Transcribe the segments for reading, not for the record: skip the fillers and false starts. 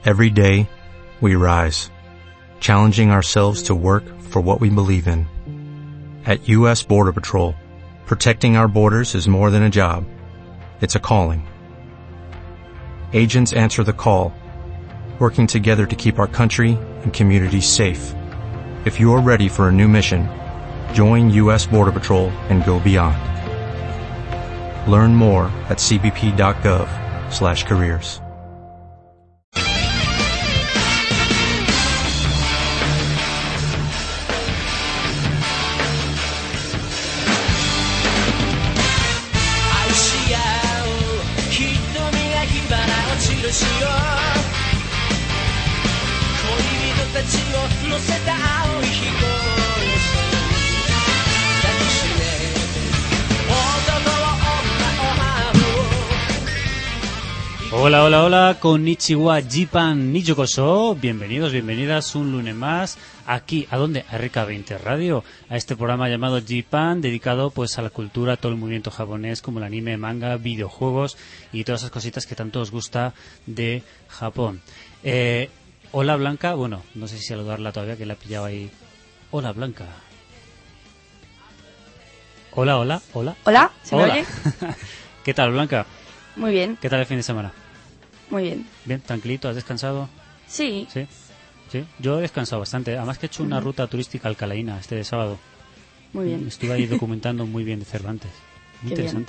Every day, we rise, challenging ourselves to work for what we believe in. At U.S. Border Patrol, protecting our borders is more than a job. It's a calling. Agents answer the call, working together to keep our country and communities safe. If you are ready for a new mission, join U.S. Border Patrol and go beyond. Learn more at cbp.gov/careers. Hola, hola, hola, konnichiwa, jipan, nijokoso, bienvenidos, bienvenidas un lunes más aquí, ¿a dónde? A RK20 Radio, a este programa llamado Jipan, dedicado pues a la cultura, a todo el movimiento japonés, como el anime, manga, videojuegos y todas esas cositas que tanto os gusta de Japón. Hola Blanca, bueno, no sé si saludarla todavía, que la he pillado ahí. Hola Blanca. Hola, hola, hola. Hola, ¿se me Hola. oye? ¿Qué tal Blanca? Muy bien, ¿Qué tal el fin de semana? muy bien. Bien, tranquilito, ¿has descansado? Sí, Sí, sí. Yo he descansado bastante. Además que he hecho una ruta turística alcalaína este sábado. muy bien. Estuve ahí documentando muy bien de Cervantes. Muy Qué interesante.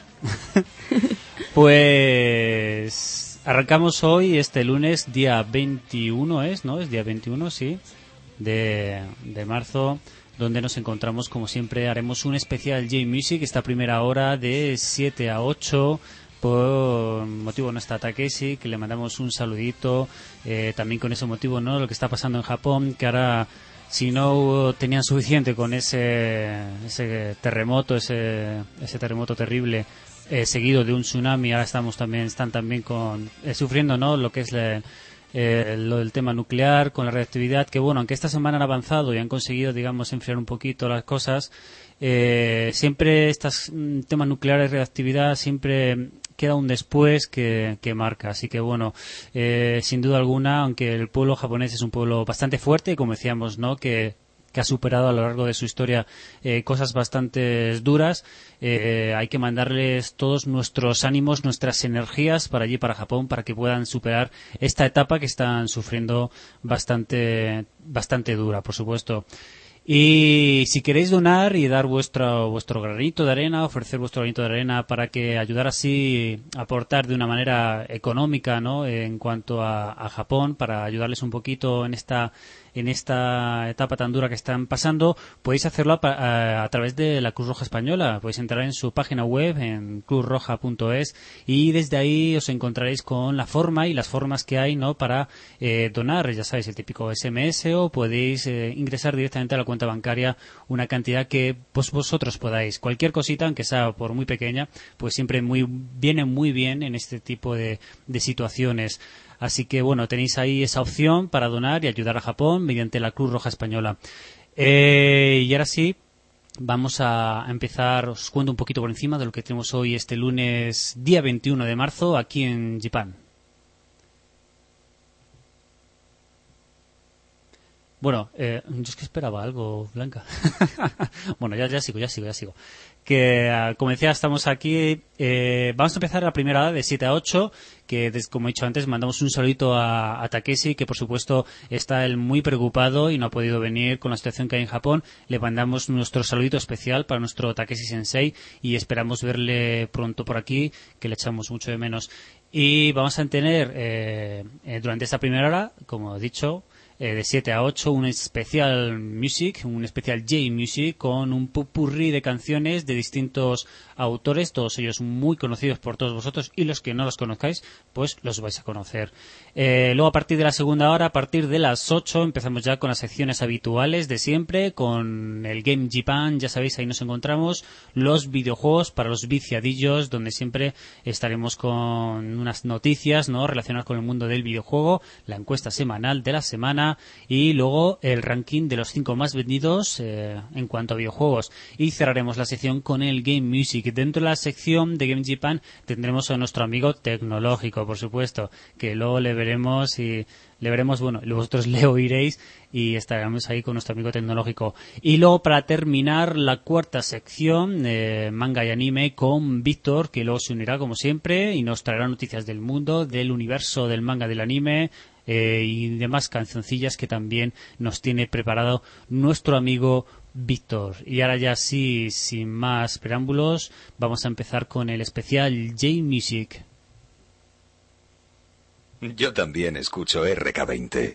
Pues arrancamos hoy, este lunes, día 21 es, ¿no? Es día 21, sí, de marzo, donde nos encontramos, como siempre, haremos un especial J-Music, esta primera hora de 7 a 8. Por motivo no está Takeshi, que le mandamos un saludito, también con ese motivo, ¿no? Lo que está pasando en Japón, que ahora, si no tenían suficiente con ese terremoto, ese terremoto terrible, seguido de un tsunami, ahora están también sufriendo, ¿no? Lo que es lo del tema nuclear, con la radioactividad, que bueno, aunque esta semana han avanzado y han conseguido, digamos, enfriar un poquito las cosas, siempre estos temas nucleares, radioactividad, siempre queda un después que marca. Así que bueno, sin duda alguna, aunque el pueblo japonés es un pueblo bastante fuerte, como decíamos, ¿no? Que ha superado a lo largo de su historia cosas bastante duras, hay que mandarles todos nuestros ánimos, nuestras energías para allí, para Japón, para que puedan superar esta etapa que están sufriendo bastante dura, por supuesto. Y si queréis donar y dar vuestro granito de arena, ofrecer vuestro granito de arena para que ayudar así a aportar de una manera económica, ¿no? En cuanto a Japón, para ayudarles un poquito en esta etapa tan dura que están pasando, podéis hacerlo a través de la Cruz Roja Española. Podéis entrar en su página web, en cruzroja.es, y desde ahí os encontraréis con la forma y las formas que hay, ¿no? Para donar, ya sabéis, el típico SMS, o podéis ingresar directamente a la cuenta bancaria una cantidad que pues vosotros podáis. Cualquier cosita, aunque sea por muy pequeña, pues siempre viene muy bien en este tipo de situaciones. Así que bueno, tenéis ahí esa opción para donar y ayudar a Japón mediante la Cruz Roja Española. Y ahora sí, vamos a empezar. Os cuento un poquito por encima de lo que tenemos hoy, este lunes, día 21 de marzo, aquí en Japan. Bueno, yo es que esperaba algo, Blanca. Bueno, ya sigo. Que, como decía, estamos aquí. Vamos a empezar la primera hora de 7 a 8, que, como he dicho antes, mandamos un saludito a Takeshi, que por supuesto está él muy preocupado y no ha podido venir con la situación que hay en Japón. Le mandamos nuestro saludito especial para nuestro Takeshi Sensei y esperamos verle pronto por aquí, que le echamos mucho de menos. Y vamos a tener durante esta primera hora, como he dicho, de 7 a 8, un especial music, un especial J-Music con un popurrí de canciones de distintos autores, todos ellos muy conocidos por todos vosotros, y los que no los conozcáis, pues los vais a conocer. Luego, a partir de la segunda hora, a partir de las 8, empezamos ya con las secciones habituales de siempre, con el Game Japan, ya sabéis, ahí nos encontramos, los videojuegos para los viciadillos, donde siempre estaremos con unas noticias, ¿no?, relacionadas con el mundo del videojuego, la encuesta semanal de la semana, semana y luego el ranking de los 5 más vendidos en cuanto a videojuegos. Y cerraremos la sección con el Game Music. Dentro de la sección de Game Japan tendremos a nuestro amigo tecnológico, por supuesto, que luego le veremos, bueno, y vosotros le oiréis y estaremos ahí con nuestro amigo tecnológico. Y luego, para terminar, la cuarta sección, manga y anime, con Víctor, que luego se unirá como siempre y nos traerá noticias del mundo, del universo del manga, del anime y demás cancioncillas que también nos tiene preparado nuestro amigo Víctor. Y ahora ya sí, sin más preámbulos, vamos a empezar con el especial J-Music. Yo también escucho RK20.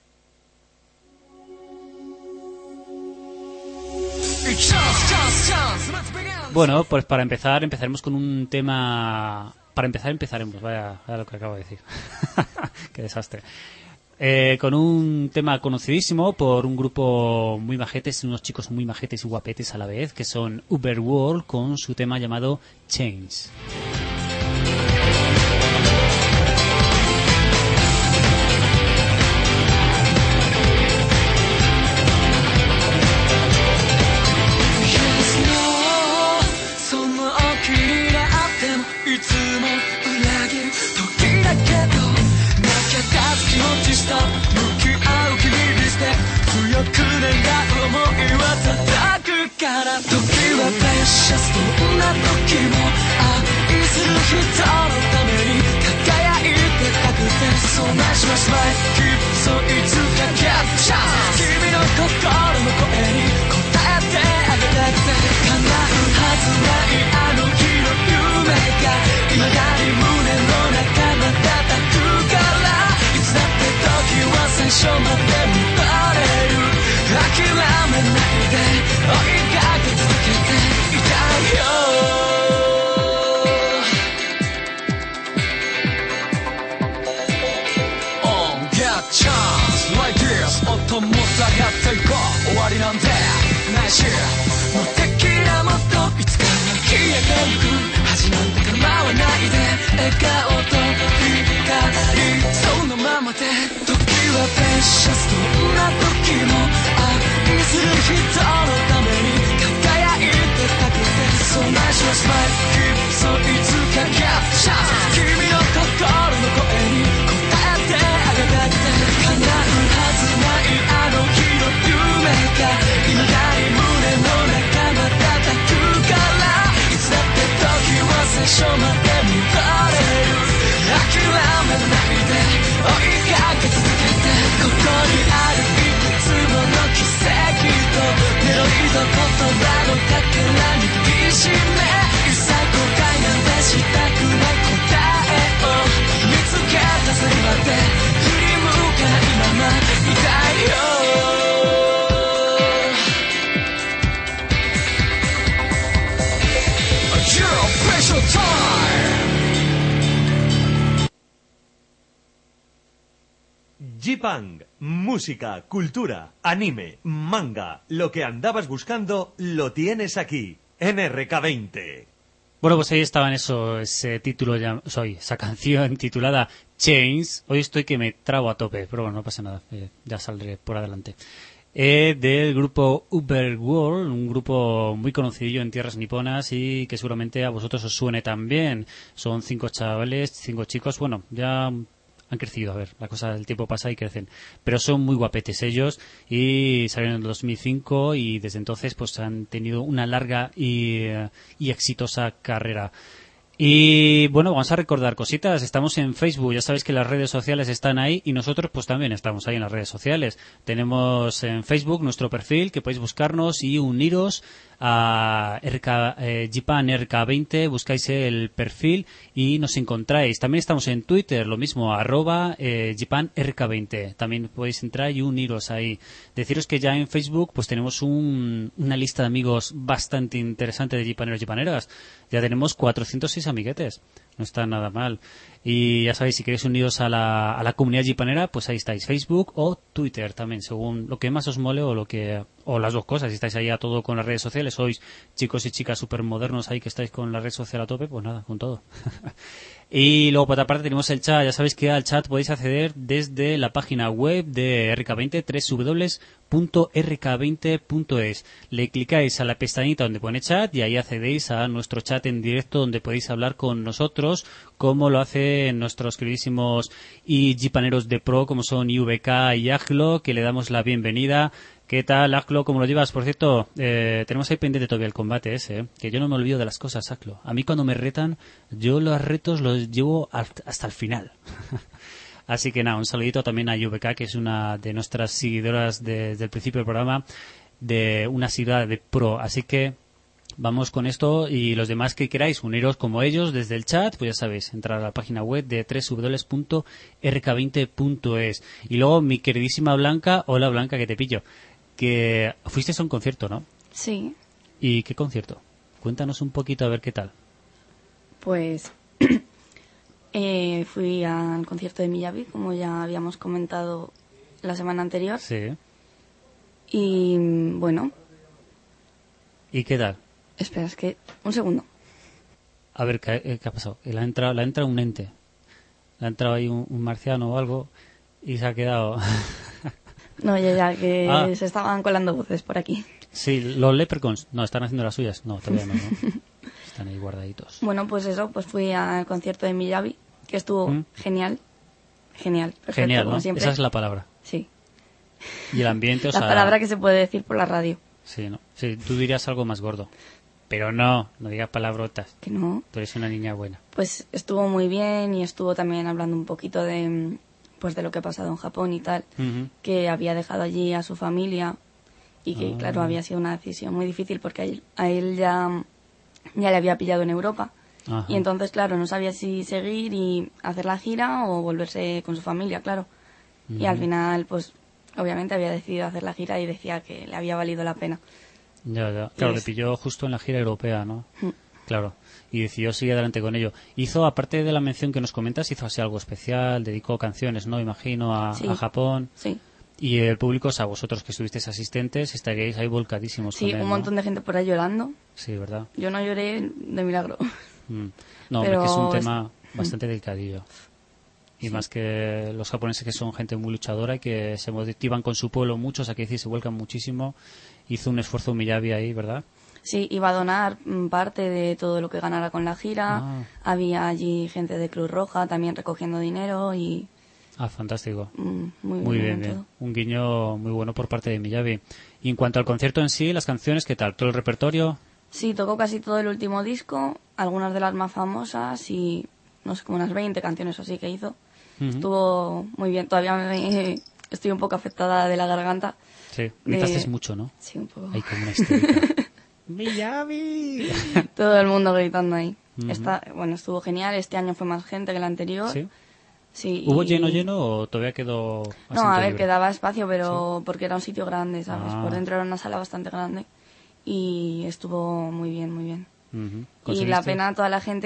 Bueno, pues para empezar, empezaremos con un tema... Para empezar, empezaremos. Vaya lo que acabo de decir. Qué desastre. Con un tema conocidísimo por un grupo muy majetes, unos chicos muy majetes y guapetes a la vez, que son Uberworld, con su tema llamado Chains. ジパン música, cultura, anime, manga. Lo que andabas buscando lo tienes aquí, en RK20. Bueno, pues ahí estaban ese título, esa canción titulada Chains. Hoy estoy que me trago a tope, pero bueno, no pasa nada, ya saldré por adelante. Del grupo Uberworld, un grupo muy conocido en tierras niponas y que seguramente a vosotros os suene también. Son 5 chavales, 5 chicos, bueno, ya han crecido, a ver, la cosa del tiempo pasa y crecen, pero son muy guapetes ellos y salieron en el 2005 y desde entonces pues han tenido una larga y exitosa carrera. Y bueno, vamos a recordar cositas. Estamos en Facebook, ya sabéis que las redes sociales están ahí y nosotros pues también estamos ahí en las redes sociales. Tenemos en Facebook nuestro perfil, que podéis buscarnos y uniros a Japan RK20, buscáis el perfil y nos encontráis. También estamos en Twitter, lo mismo, @Japan RK20. También podéis entrar y uniros ahí. Deciros que ya en Facebook pues tenemos una lista de amigos bastante interesante de Japaneros y Japaneras. Ya tenemos 406 amiguetes. No está nada mal. Y ya sabéis, si queréis uniros a la comunidad jipanera, pues ahí estáis, Facebook o Twitter también, según lo que más os mole o lo que O las dos cosas, si estáis ahí a todo con las redes sociales, sois chicos y chicas súper modernos ahí que estáis con la red social a tope, pues nada, con todo. Y luego por otra parte tenemos el chat, ya sabéis que al chat podéis acceder desde la página web de RK20, www.rk20.es. Le clicáis a la pestañita donde pone chat y ahí accedéis a nuestro chat en directo donde podéis hablar con nosotros, como lo hacen nuestros queridísimos y jipaneros de pro, como son IVK y Aglo, que le damos la bienvenida. ¿Qué tal, Aclo? ¿Cómo lo llevas? Por cierto, tenemos ahí pendiente todavía el combate ese, que yo no me olvido de las cosas, Aclo. A mí cuando me retan, yo los retos los llevo hasta el final. Así que nada, un saludito también a YVK, que es una de nuestras seguidoras desde el principio del programa, de una seguidora de pro. Así que vamos con esto, y los demás que queráis uniros como ellos desde el chat, pues ya sabéis, entrar a la página web de www.rk20.es. Y luego mi queridísima Blanca, hola Blanca, que te pillo, que fuiste a un concierto, ¿no? Sí. ¿Y qué concierto? Cuéntanos un poquito a ver qué tal. Pues fui al concierto de Miyavi, como ya habíamos comentado la semana anterior. Sí. Y bueno. ¿Y qué tal? Espera, es que... Un segundo. A ver, ¿qué ha pasado? Le ha entrado un ente. Le ha entrado ahí un marciano o algo y se ha quedado... No, ya, que se estaban colando voces por aquí. Sí, los leprechauns. No, están haciendo las suyas. No, todavía no. Están ahí guardaditos. Bueno, pues eso, pues fui al concierto de Miyavi, que estuvo genial. Genial, perfecto, Genial, como ¿no? siempre. Esa es la palabra. Sí. Y el ambiente, o La sea... palabra que se puede decir por la radio. Sí, ¿no? Sí, tú dirías algo más gordo. Pero no digas palabrotas. Que no. Tú eres una niña buena. Pues estuvo muy bien y estuvo también hablando un poquito de pues de lo que ha pasado en Japón y tal, que había dejado allí a su familia y que claro, había sido una decisión muy difícil porque a él ya le había pillado en Europa. Ajá. Y entonces claro, no sabía si seguir y hacer la gira o volverse con su familia, claro. Y al final pues obviamente había decidido hacer la gira y decía que le había valido la pena. Ya. Claro, le pilló justo en la gira europea, ¿no? Claro. Y decidió seguir adelante con ello. Hizo, aparte de la mención que nos comentas, hizo así algo especial, dedicó canciones, ¿no? Imagino, a Japón. Sí. Y el público, o sea, vosotros que estuvisteis asistentes, estaríais ahí volcadísimos con Sí, él, un ¿no? montón de gente por ahí llorando. Sí, ¿verdad? Yo no lloré de milagro. No, Pero porque es un tema bastante delicadillo. Y más que los japoneses, que son gente muy luchadora y que se motivan con su pueblo mucho, o sea, que decir, se vuelcan muchísimo. Hizo un esfuerzo Miyavi ahí, ¿verdad? Sí, iba a donar parte de todo lo que ganara con la gira. Había allí gente de Cruz Roja también recogiendo dinero y... Fantástico. Muy bien. Todo. Un guiño muy bueno por parte de Miyavi. Y en cuanto al concierto en sí, las canciones, ¿qué tal? ¿Todo el repertorio? Sí, tocó casi todo el último disco, algunas de las más famosas y no sé, como unas 20 canciones así que hizo. Estuvo muy bien. Todavía estoy un poco afectada de la garganta. Sí, gritaste mucho, ¿no? Sí, un poco. Ahí como una histérica. ¡Miyavi! Todo el mundo gritando ahí. Estuvo genial. Este año fue más gente que el anterior. ¿Sí? Sí. ¿Hubo lleno o todavía quedó No, a ver, libre? quedaba espacio, pero porque era un sitio grande, ¿sabes? Por dentro era una sala bastante grande y estuvo muy bien. Y la pena toda la gente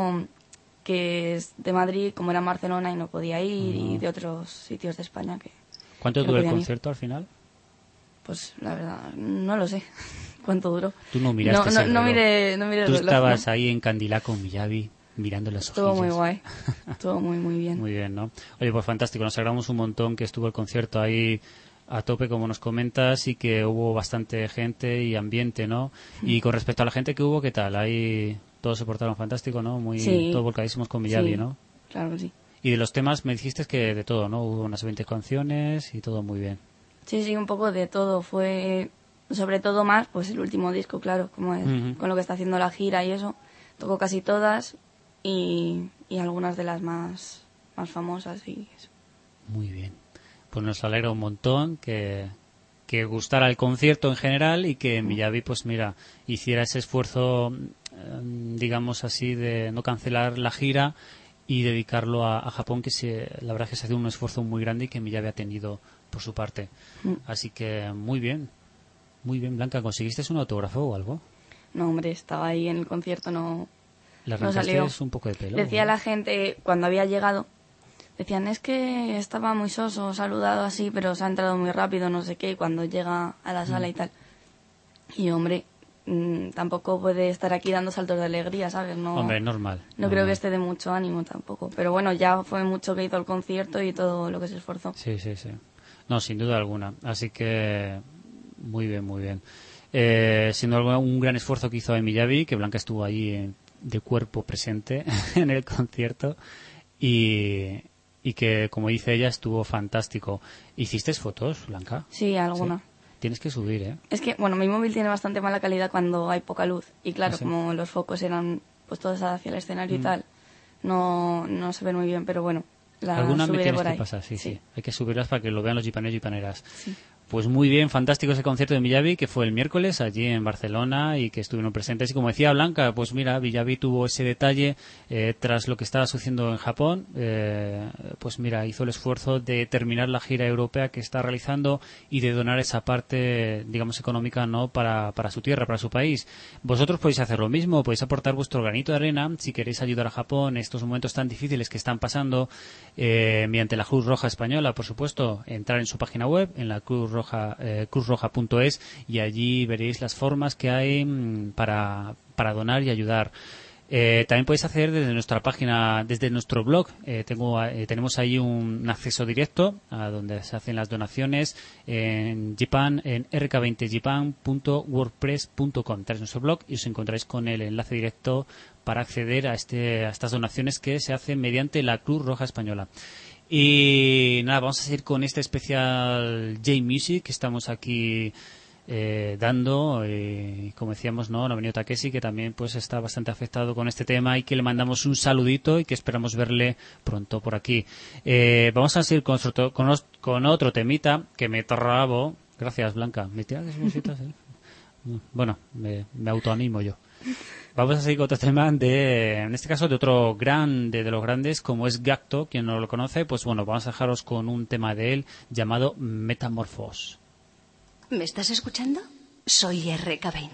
que es de Madrid, como era en Barcelona y no podía ir, y de otros sitios de España que... ¿Cuánto que duró no el podían concierto al final? Pues la verdad, no lo sé cuánto duró. Tú no miraste ese no reloj. miré el Tú reloj, estabas ¿no? ahí en Candilá con Miyavi, mirando los ojillos. Estuvo muy guay. Estuvo muy bien. Muy bien, ¿no? Oye, pues fantástico. Nos alegramos un montón que estuvo el concierto ahí a tope, como nos comentas, y que hubo bastante gente y ambiente, ¿no? Y con respecto a la gente que hubo, ¿qué tal? Ahí todos se portaron fantástico, ¿no? Todos volcadísimos con Miyavi, sí, ¿no? Claro que sí. Y de los temas me dijiste que de todo, ¿no? Hubo unas 20 canciones y todo muy bien. Sí, un poco de todo. Fue sobre todo más, pues el último disco, claro, como es, con lo que está haciendo la gira y eso. Tocó casi todas y algunas de las más famosas y eso. Muy bien. Pues nos alegra un montón que gustara el concierto en general y que Miyavi, pues mira, hiciera ese esfuerzo, digamos así, de no cancelar la gira y dedicarlo a Japón, que la verdad es que se hace un esfuerzo muy grande y que Miyavi ha tenido por su parte. Así que muy bien, Blanca. ¿Conseguiste un autógrafo o algo? No, hombre, estaba ahí en el concierto, no... Le no arrancaste salió. un poco de pelo. Decía ¿no? la gente, cuando había llegado, decían, es que estaba muy soso, saludado así, pero se ha entrado muy rápido, no sé qué, y cuando llega a la sala y tal. Y hombre, tampoco puede estar aquí dando saltos de alegría, ¿sabes? No, hombre, normal. No creo que esté de mucho ánimo tampoco. Pero bueno, ya fue mucho que hizo el concierto y todo lo que se esforzó. Sí. No, sin duda alguna. Así que muy bien, muy bien. Sin duda alguna, un gran esfuerzo que hizo Emi Javi, que Blanca estuvo allí de cuerpo presente en el concierto y que, como dice ella, estuvo fantástico. ¿Hiciste fotos, Blanca? Sí, alguna. ¿Sí? Tienes que subir, ¿eh? Es que, bueno, mi móvil tiene bastante mala calidad cuando hay poca luz. Y claro, ¿Ah, sí? como los focos eran pues todos hacia el escenario y tal, no se ven muy bien, pero bueno, la alguna me subiré tienes por que ahí. pasar, sí. Hay que subirlas para que lo vean los gipaneros y gipaneras. Sí. Pues muy bien, fantástico ese concierto de Villavi, que fue el miércoles allí en Barcelona y que estuvieron presentes. Y como decía Blanca, pues mira, Villavi tuvo ese detalle tras lo que estaba sucediendo en Japón. Pues mira, hizo el esfuerzo de terminar la gira europea que está realizando y de donar esa parte, digamos, económica, ¿no?, para su tierra, para su país. Vosotros podéis hacer lo mismo, podéis aportar vuestro granito de arena si queréis ayudar a Japón en estos momentos tan difíciles que están pasando, mediante la Cruz Roja Española, por supuesto. Entrar en su página web, en la cruzroja.es, y allí veréis las formas que hay para donar y ayudar. También podéis hacer desde nuestra página, desde nuestro blog. Tenemos ahí un acceso directo a donde se hacen las donaciones en Japan, en rk20japan.wordpress.com. Traes nuestro blog y os encontráis con el enlace directo para acceder a estas donaciones que se hacen mediante la Cruz Roja Española. Y nada, vamos a seguir con este especial J-Music que estamos aquí dando. Como decíamos, no ha venido Takeshi, que también pues está bastante afectado con este tema y que le mandamos un saludito y que esperamos verle pronto por aquí. Vamos a seguir con otro temita que me trabo. Gracias, Blanca. ¿Me tiras las musitas? Bueno, me autoanimo yo. Vamos a seguir con otro tema en este caso de otro grande de los grandes, como es Gacto. Quien no lo conoce, pues bueno, vamos a dejaros con un tema de él llamado Metamorphos. ¿Me estás escuchando? Soy RK20.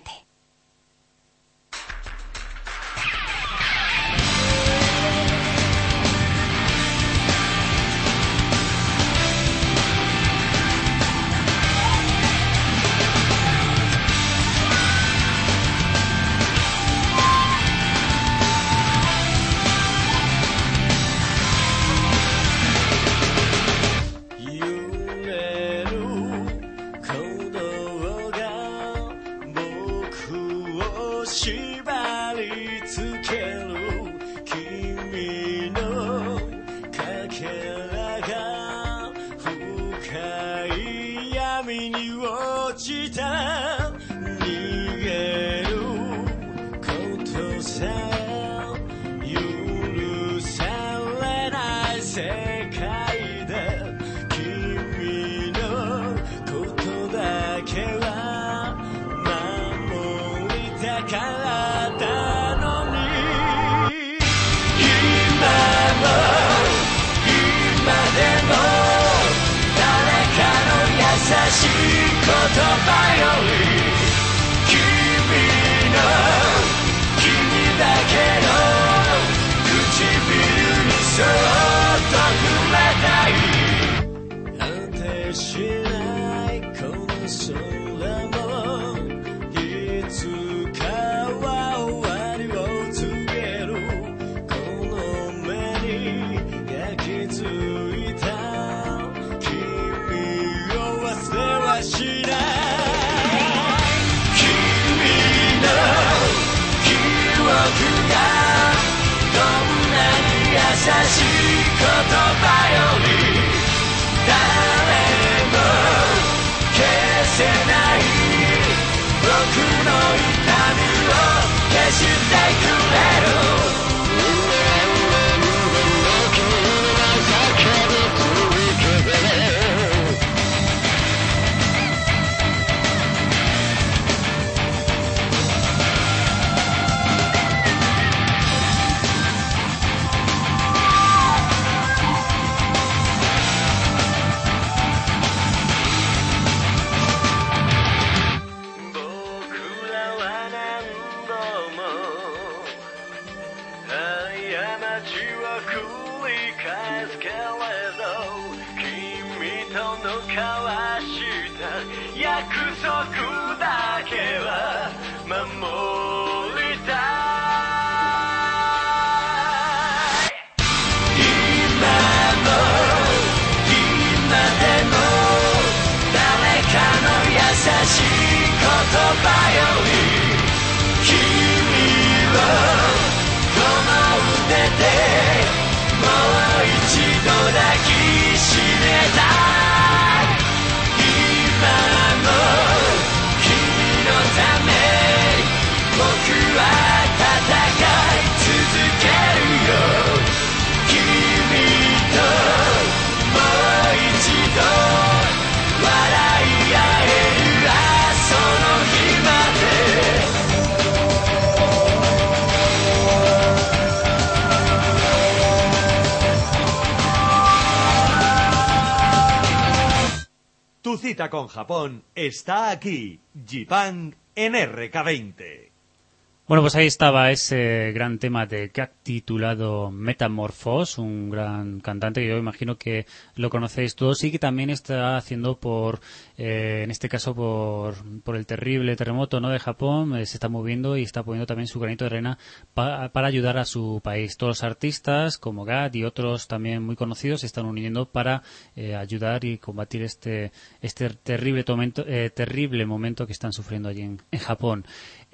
Tu cita con Japón está aquí. J-Punk en RK20. Bueno, pues ahí estaba ese gran tema de Gag titulado Metamorphos, un gran cantante que yo imagino que lo conocéis todos y que también está haciendo en este caso por el terrible terremoto, ¿no?, de Japón, se está moviendo y está poniendo también su granito de arena para ayudar a su país. Todos los artistas como Gad y otros también muy conocidos se están uniendo para ayudar y combatir este terrible momento que están sufriendo allí en Japón.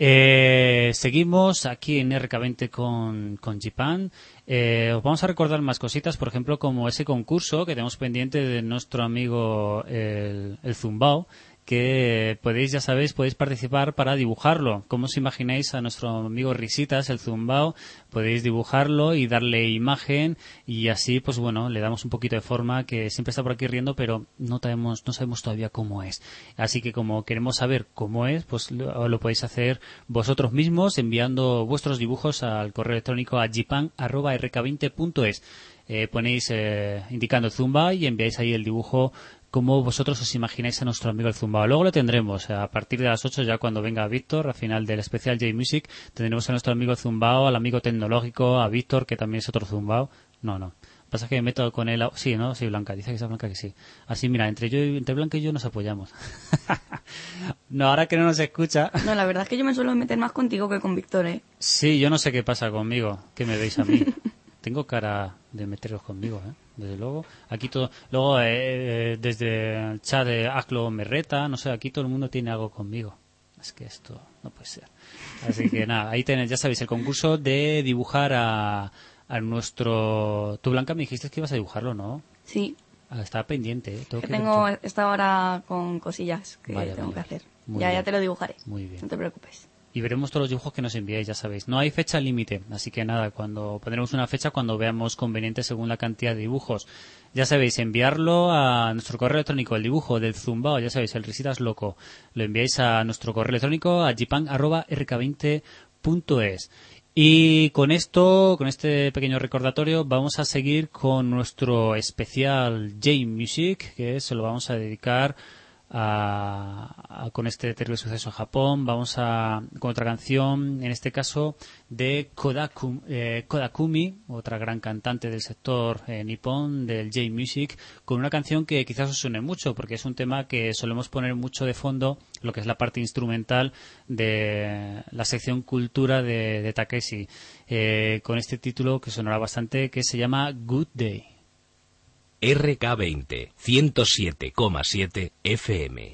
Seguimos aquí en RK20 con J-Punk. Os vamos a recordar más cositas, por ejemplo, como ese concurso que tenemos pendiente de nuestro amigo el Zumbao, que podéis participar para dibujarlo. ¿Cómo os imagináis a nuestro amigo Risitas, el Zumbao? Podéis dibujarlo y darle imagen y así, pues bueno, le damos un poquito de forma, que siempre está por aquí riendo, pero no sabemos todavía cómo es. Así que como queremos saber cómo es, pues lo podéis hacer vosotros mismos enviando vuestros dibujos al correo electrónico a jipan@rk20.es. Ponéis indicando Zumba y enviáis ahí el dibujo como vosotros os imagináis a nuestro amigo el Zumbao. Luego lo tendremos a partir de las 8, ya cuando venga Víctor, al final del especial J-Music, tendremos a nuestro amigo Zumbao, al amigo tecnológico, a Víctor, que también es otro Zumbao. No. Pasa que me meto con él. Sí, ¿no? Sí, Blanca. Dice que es Blanca que sí. Así, mira, entre Blanca y yo nos apoyamos. No, ahora que no nos escucha. No, la verdad es que yo me suelo meter más contigo que con Víctor, ¿eh? Sí, yo no sé qué pasa conmigo. ¿Qué me veis a mí? Tengo cara de meteros conmigo, ¿eh? Desde luego. Aquí todo. Luego, desde el chat de Aclo me reta. No sé, aquí todo el mundo tiene algo conmigo. Es que esto no puede ser. Así que nada, ahí tenéis, ya sabéis, el concurso de dibujar a nuestro... Tú, Blanca, me dijiste que ibas a dibujarlo, ¿no? Sí. Está pendiente, ¿eh? Tengo esta hora con cosillas que tengo que hacer. Ya te lo dibujaré. Muy bien. No te preocupes. Y veremos todos los dibujos que nos enviáis, ya sabéis. No hay fecha límite, así que nada, pondremos una fecha cuando veamos conveniente según la cantidad de dibujos. Ya sabéis, enviarlo a nuestro correo electrónico, el dibujo del Zumbao, ya sabéis, el Risitas Loco. Lo enviáis a nuestro correo electrónico a jipan@rk20.es. Y con este pequeño recordatorio, vamos a seguir con nuestro especial J-Music, que se lo vamos a dedicar con este terrible suceso en Japón. Vamos con otra canción, en este caso de Kodakumi, otra gran cantante del sector nipón del J-Music, con una canción que quizás os suene mucho, porque es un tema que solemos poner mucho de fondo, lo que es la parte instrumental de la sección cultura de Takeshi, con este título que sonará bastante, que se llama Good Day. RK20 107,7 FM.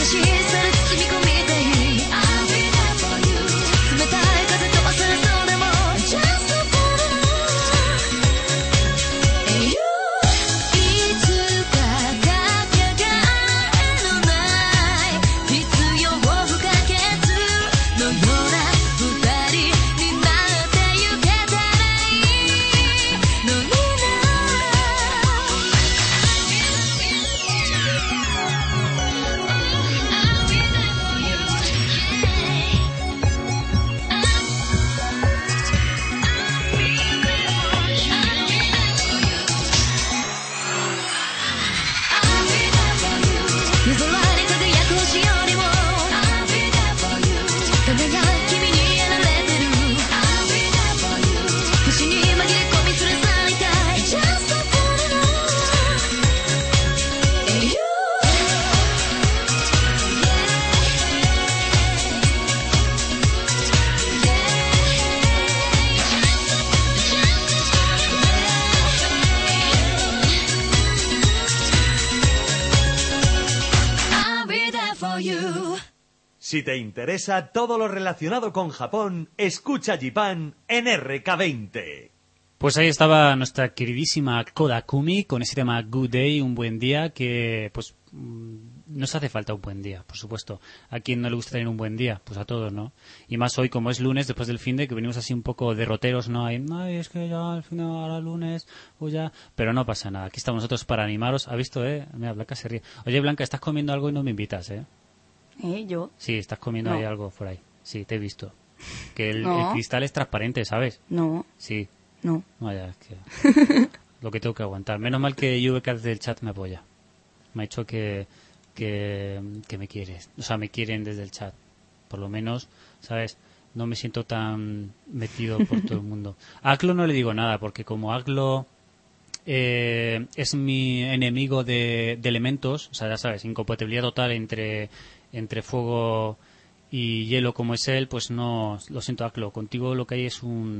Si te interesa todo lo relacionado con Japón, escucha Jipan en RK20. Pues ahí estaba nuestra queridísima Kodakumi con ese tema Good Day, un buen día, que pues nos hace falta un buen día, por supuesto. ¿A quién no le gusta tener un buen día? Pues a todos, ¿no? Y más hoy, como es lunes, después del finde, que venimos así un poco derroteros, ¿no? Ay, es que ya al final, ahora lunes, pues ya... Pero no pasa nada, aquí estamos nosotros para animaros. ¿Ha visto, Mira, Blanca se ríe. Oye, Blanca, estás comiendo algo y no me invitas, ¿eh? ¿Yo? Sí, estás comiendo ahí algo por ahí. Sí, te he visto. Que el cristal es transparente, ¿sabes? No. Sí. No. Vaya, es que... lo que tengo que aguantar. Menos mal que VK del chat me apoya. Me ha dicho que me quieres. O sea, me quieren desde el chat. Por lo menos, ¿sabes? No me siento tan metido por todo el mundo. A Aglo no le digo nada, porque como Aglo es mi enemigo de elementos, o sea, ya sabes, incompatibilidad total entre fuego y hielo como es él, pues no, lo siento, Aglo. Contigo lo que hay es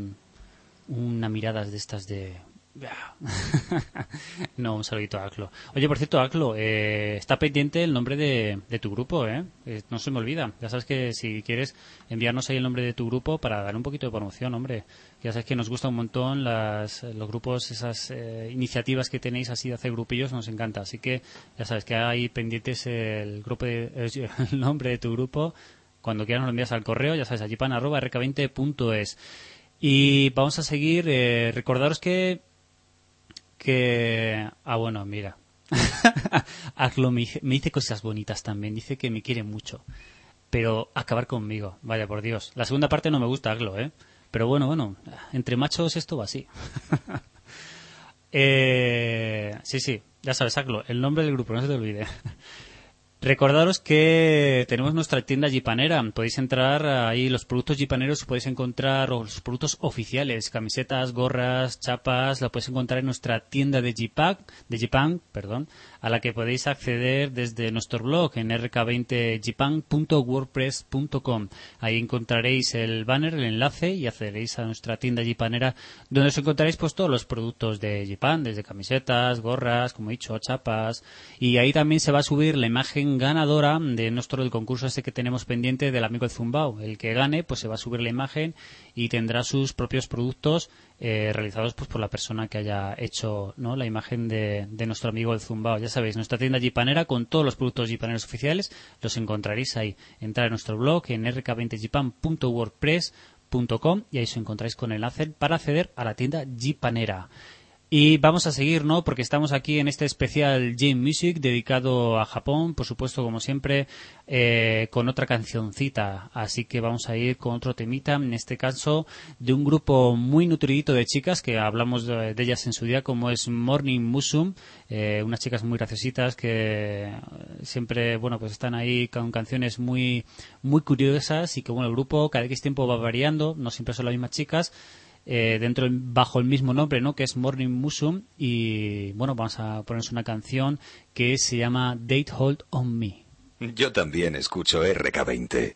una mirada de estas de... No, un saludito a Aclo. Oye, por cierto, Aclo, está pendiente el nombre de tu grupo, no se me olvida. Ya sabes que si quieres enviarnos ahí el nombre de tu grupo para dar un poquito de promoción, hombre. Ya sabes que nos gusta un montón los grupos, esas iniciativas que tenéis así de hacer grupillos, nos encanta. Así que ya sabes que hay pendientes el nombre de tu grupo. Cuando quieras nos lo envías al correo, ya sabes, a jipan@rk20.es. Y vamos a seguir. Recordaros que bueno, mira. Aglo me dice cosas bonitas también. Dice que me quiere mucho. Pero acabar conmigo. Vaya, por Dios. La segunda parte no me gusta, Aglo, Pero bueno. Entre machos esto va así. Sí. Ya sabes, Aglo. El nombre del grupo, no se te olvide. Recordaros que tenemos nuestra tienda jipanera. Podéis entrar ahí, los productos jipaneros podéis encontrar, o los productos oficiales, camisetas, gorras, chapas, la podéis encontrar en nuestra tienda de Jipan, a la que podéis acceder desde nuestro blog en rk20jipan.wordpress.com. Ahí encontraréis el banner, el enlace, y accederéis a nuestra tienda jipanera, donde os encontraréis pues todos los productos de Jipan, desde camisetas, gorras, como he dicho, chapas, y ahí también se va a subir la imagen ganadora de del concurso que tenemos pendiente del amigo de Zumbao. El que gane pues se va a subir la imagen y tendrá sus propios productos realizados pues por la persona que haya hecho, ¿no?, la imagen de nuestro amigo el Zumbao. Ya sabéis, nuestra tienda jipanera con todos los productos jipaneros oficiales los encontraréis ahí. Entrar en nuestro blog en rk20jipan.wordpress.com y ahí os encontráis con el enlace para acceder a la tienda jipanera. Y vamos a seguir, ¿no?, porque estamos aquí en este especial J-Music dedicado a Japón, por supuesto, como siempre, con otra cancioncita. Así que vamos a ir con otro temita, en este caso de un grupo muy nutridito de chicas, que hablamos de ellas en su día, como es Morning Musume, unas chicas muy graciositas que siempre, bueno, pues están ahí con canciones muy, muy curiosas, y que, bueno, el grupo cada X tiempo va variando, no siempre son las mismas chicas, bajo el mismo nombre, ¿no?, que es Morning Musume. Y bueno, vamos a ponernos una canción que se llama Date Hold on Me. Yo también escucho RK20.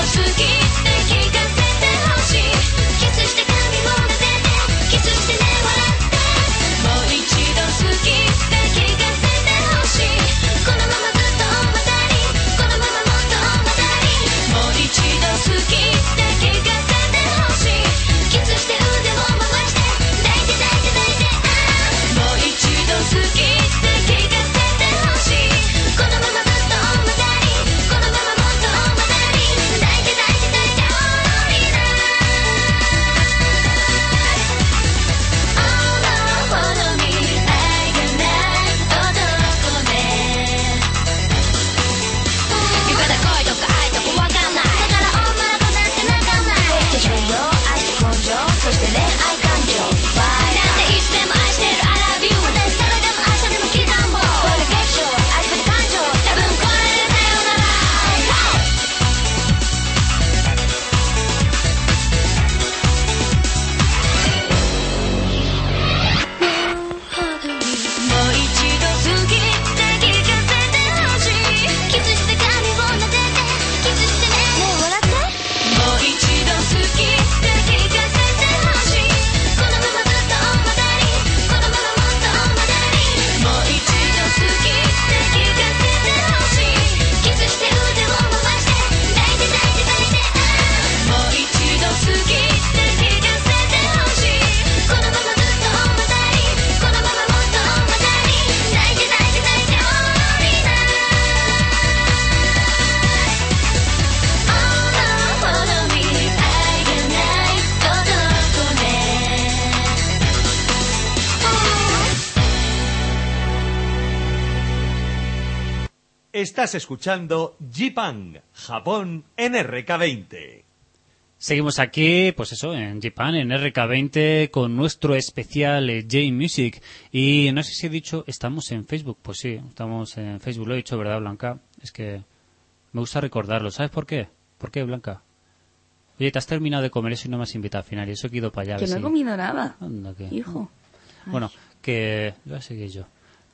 Estás escuchando J-Pan, Japón en RK20. Seguimos aquí, pues eso, en J-Pan, en RK20, con nuestro especial J-Music. Y no sé si he dicho, estamos en Facebook. Pues sí, estamos en Facebook. Lo he dicho, ¿verdad, Blanca? Es que me gusta recordarlo. ¿Sabes por qué? ¿Por qué, Blanca? Oye, te has terminado de comer eso y no me has invitado al final. Y eso que he ido para allá. Que no he comido nada. Anda, que... Hijo. Bueno, que... Voy a seguir yo.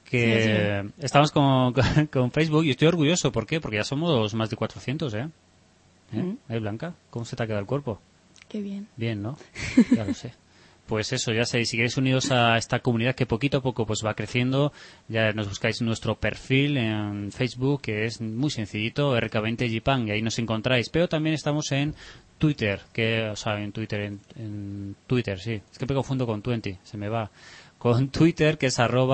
Que sí. Estamos con Facebook y estoy orgulloso. ¿Por qué? Porque ya somos más de 400, ¿eh? Blanca, ¿cómo se te ha quedado el cuerpo? Qué bien. Bien, ¿no? Ya lo sé. Pues eso, ya sabéis, si queréis unidos a esta comunidad que poquito a poco pues va creciendo, ya nos buscáis nuestro perfil en Facebook, que es muy sencillito, RK20 J-Pan, y ahí nos encontráis. Pero también estamos en Twitter, en Twitter, sí. Es que me confundo con 20, se me va. Con Twitter, que es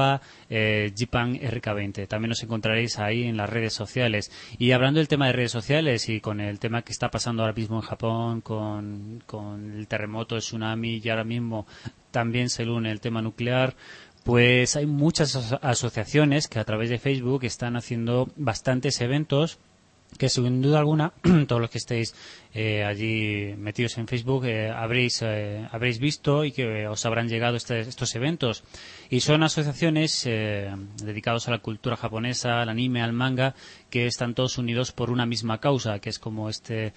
@JpanRK20. También nos encontraréis ahí en las redes sociales. Y hablando del tema de redes sociales y con el tema que está pasando ahora mismo en Japón, con el terremoto, el tsunami y ahora mismo también se une el tema nuclear, pues hay muchas asociaciones que a través de Facebook están haciendo bastantes eventos que sin duda alguna todos los que estéis allí metidos en Facebook habréis visto y que os habrán llegado estos eventos, y son asociaciones dedicados a la cultura japonesa, al anime, al manga, que están todos unidos por una misma causa, que es como este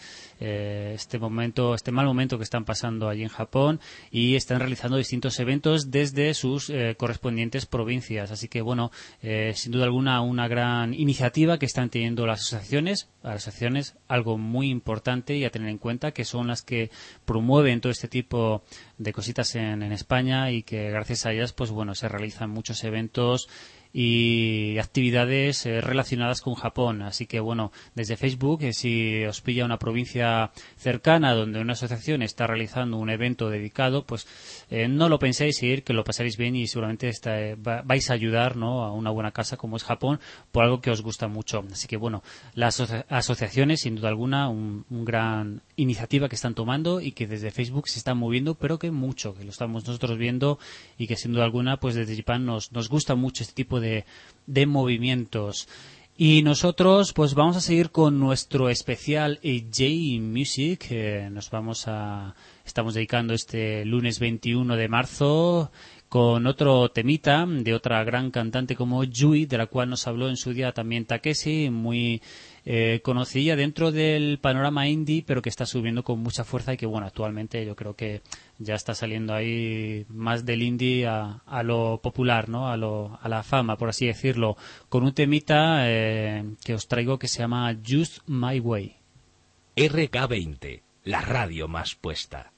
mal momento que están pasando allí en Japón, y están realizando distintos eventos desde sus correspondientes provincias. Así que bueno, sin duda alguna una gran iniciativa que están teniendo las asociaciones, algo muy importante y a tener en cuenta, que son las que promueven todo este tipo de cositas en España, y que gracias a ellas pues bueno, se realizan muchos eventos y actividades relacionadas con Japón. Así que bueno, desde Facebook, si os pilla una provincia cercana donde una asociación está realizando un evento dedicado, pues no lo penséis ir, que lo pasaréis bien y seguramente vais a ayudar, ¿no?, a una buena causa como es Japón, por algo que os gusta mucho. Así que bueno, las asociaciones, sin duda alguna, un gran iniciativa que están tomando y que desde Facebook se están moviendo, pero que mucho, que lo estamos nosotros viendo, y que sin duda alguna pues desde J-Pan nos gusta mucho este tipo de movimientos. Y nosotros pues vamos a seguir con nuestro especial J-Music. Estamos dedicando este lunes 21 de marzo con otro temita de otra gran cantante como Yui, de la cual nos habló en su día también Takeshi, muy conocida dentro del panorama indie, pero que está subiendo con mucha fuerza, y que bueno, actualmente yo creo que ya está saliendo ahí más del indie a lo popular, ¿no?, a la fama, por así decirlo, con un temita que os traigo que se llama Just My Way. RK20, la radio más puesta.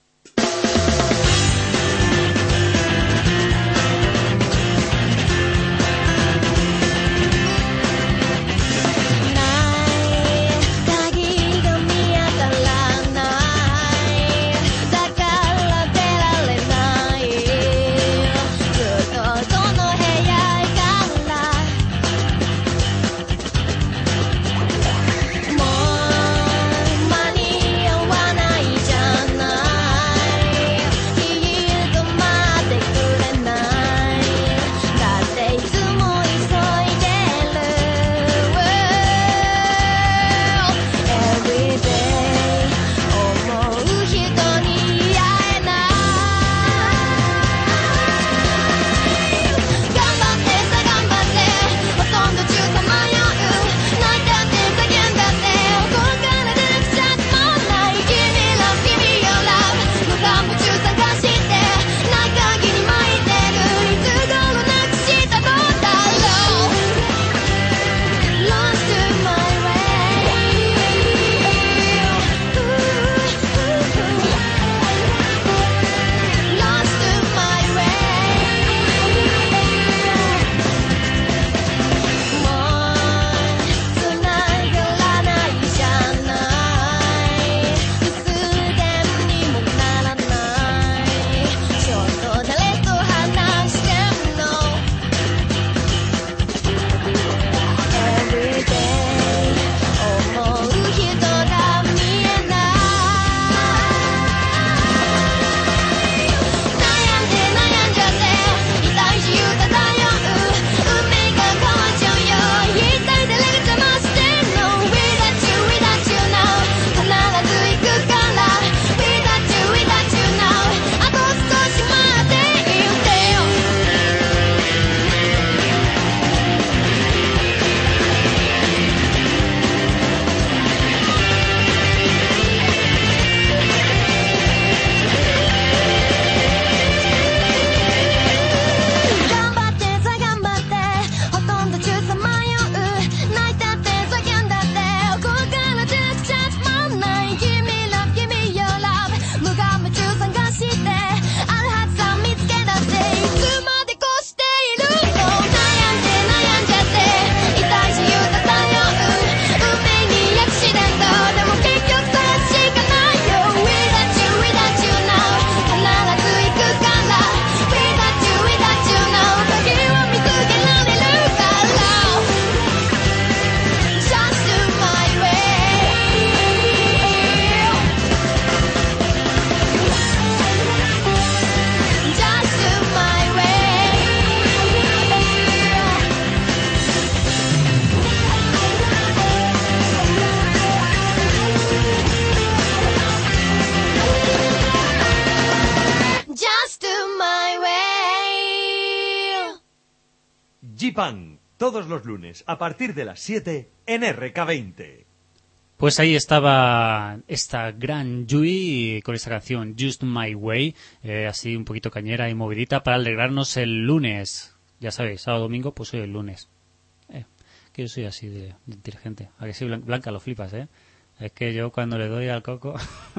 G-Pan, todos los lunes, a partir de las 7 en RK20. Pues ahí estaba esta gran Yui con esta canción Just My Way, así un poquito cañera y movidita para alegrarnos el lunes. Ya sabéis, sábado domingo, pues hoy el lunes. Que yo soy así de inteligente. A que soy Blanca, lo flipas, ¿eh? Es que yo cuando le doy al coco...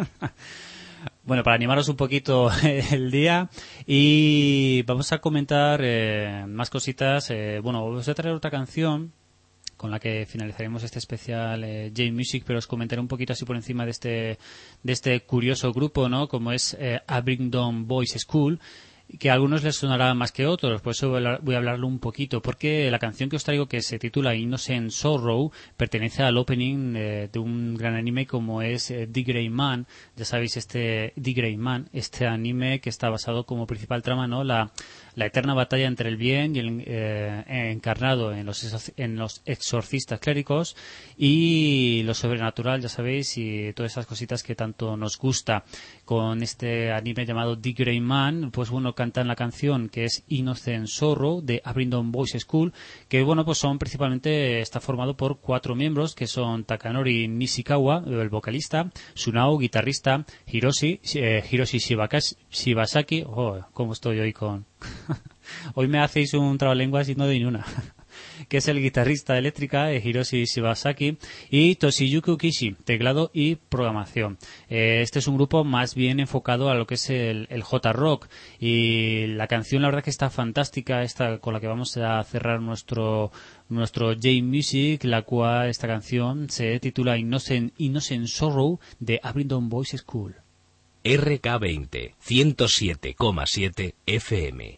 Bueno, para animaros un poquito el día y vamos a comentar más cositas. Bueno, os voy a traer otra canción con la que finalizaremos este especial J-Music, pero os comentaré un poquito así por encima de este curioso grupo, ¿no? Como es Abingdon Boys School, que a algunos les sonará más que a otros, por eso voy a hablarlo un poquito, porque la canción que os traigo, que se titula Innocent Sorrow, pertenece al opening de un gran anime como es The Gray Man. Ya sabéis, The Gray Man, este anime que está basado como principal trama, ¿no? La eterna batalla entre el bien y el encarnado en los exorcistas clérigos y lo sobrenatural, ya sabéis, y todas esas cositas que tanto nos gusta. Con este anime llamado The Gray Man, pues bueno, cantan la canción que es Innocent Sorrow de Abingdon Boys School, que bueno, pues está formado por 4 miembros, que son Takanori Nishikawa, el vocalista, Sunao, guitarrista, Hiroshi Shibasaki, ¿cómo estoy hoy con...? Hoy me hacéis un trabalenguas y no doy ni una. que es el guitarrista de Eléctrica, Hiroshi Shibasaki, y Toshiyuki Kishi, teclado y programación. Este es un grupo más bien enfocado a lo que es el J-Rock, y la canción la verdad que está fantástica, esta con la que vamos a cerrar nuestro J-Music, la cual esta canción se titula Innocent Sorrow de Abingdon Boys School. RK20 107,7 FM.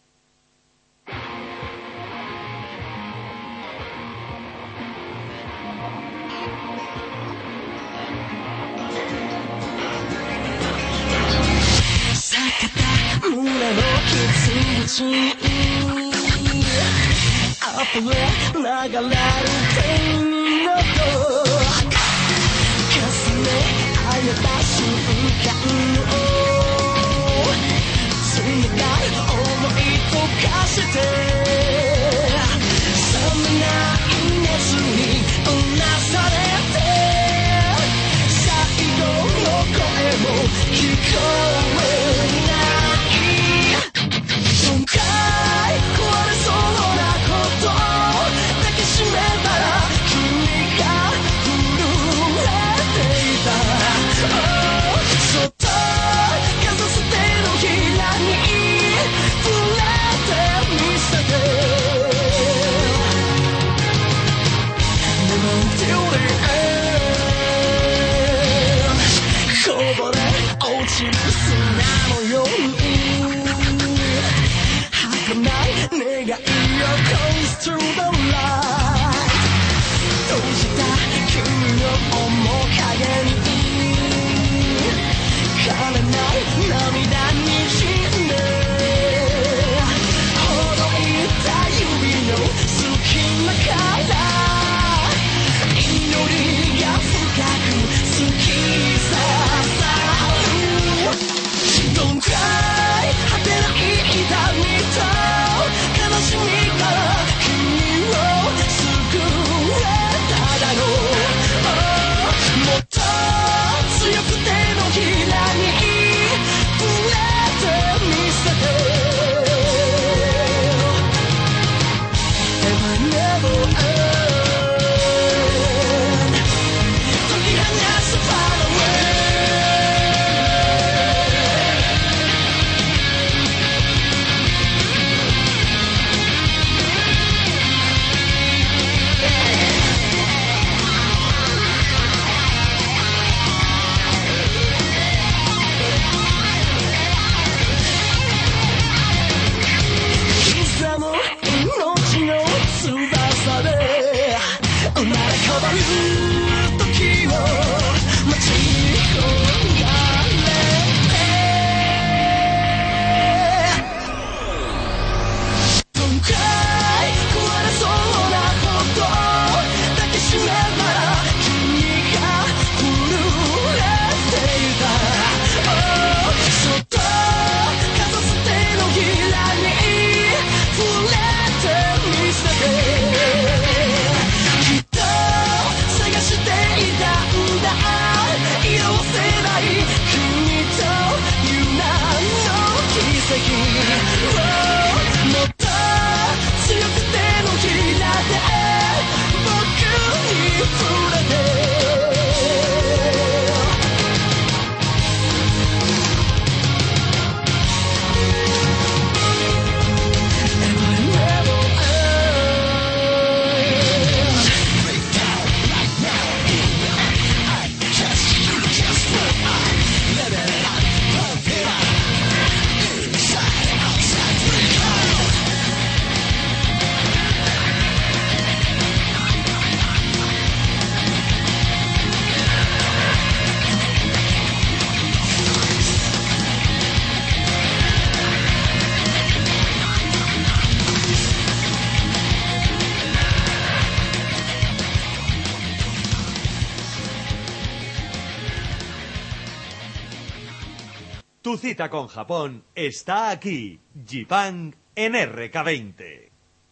Tu cita con Japón está aquí. J-Punk en RK20.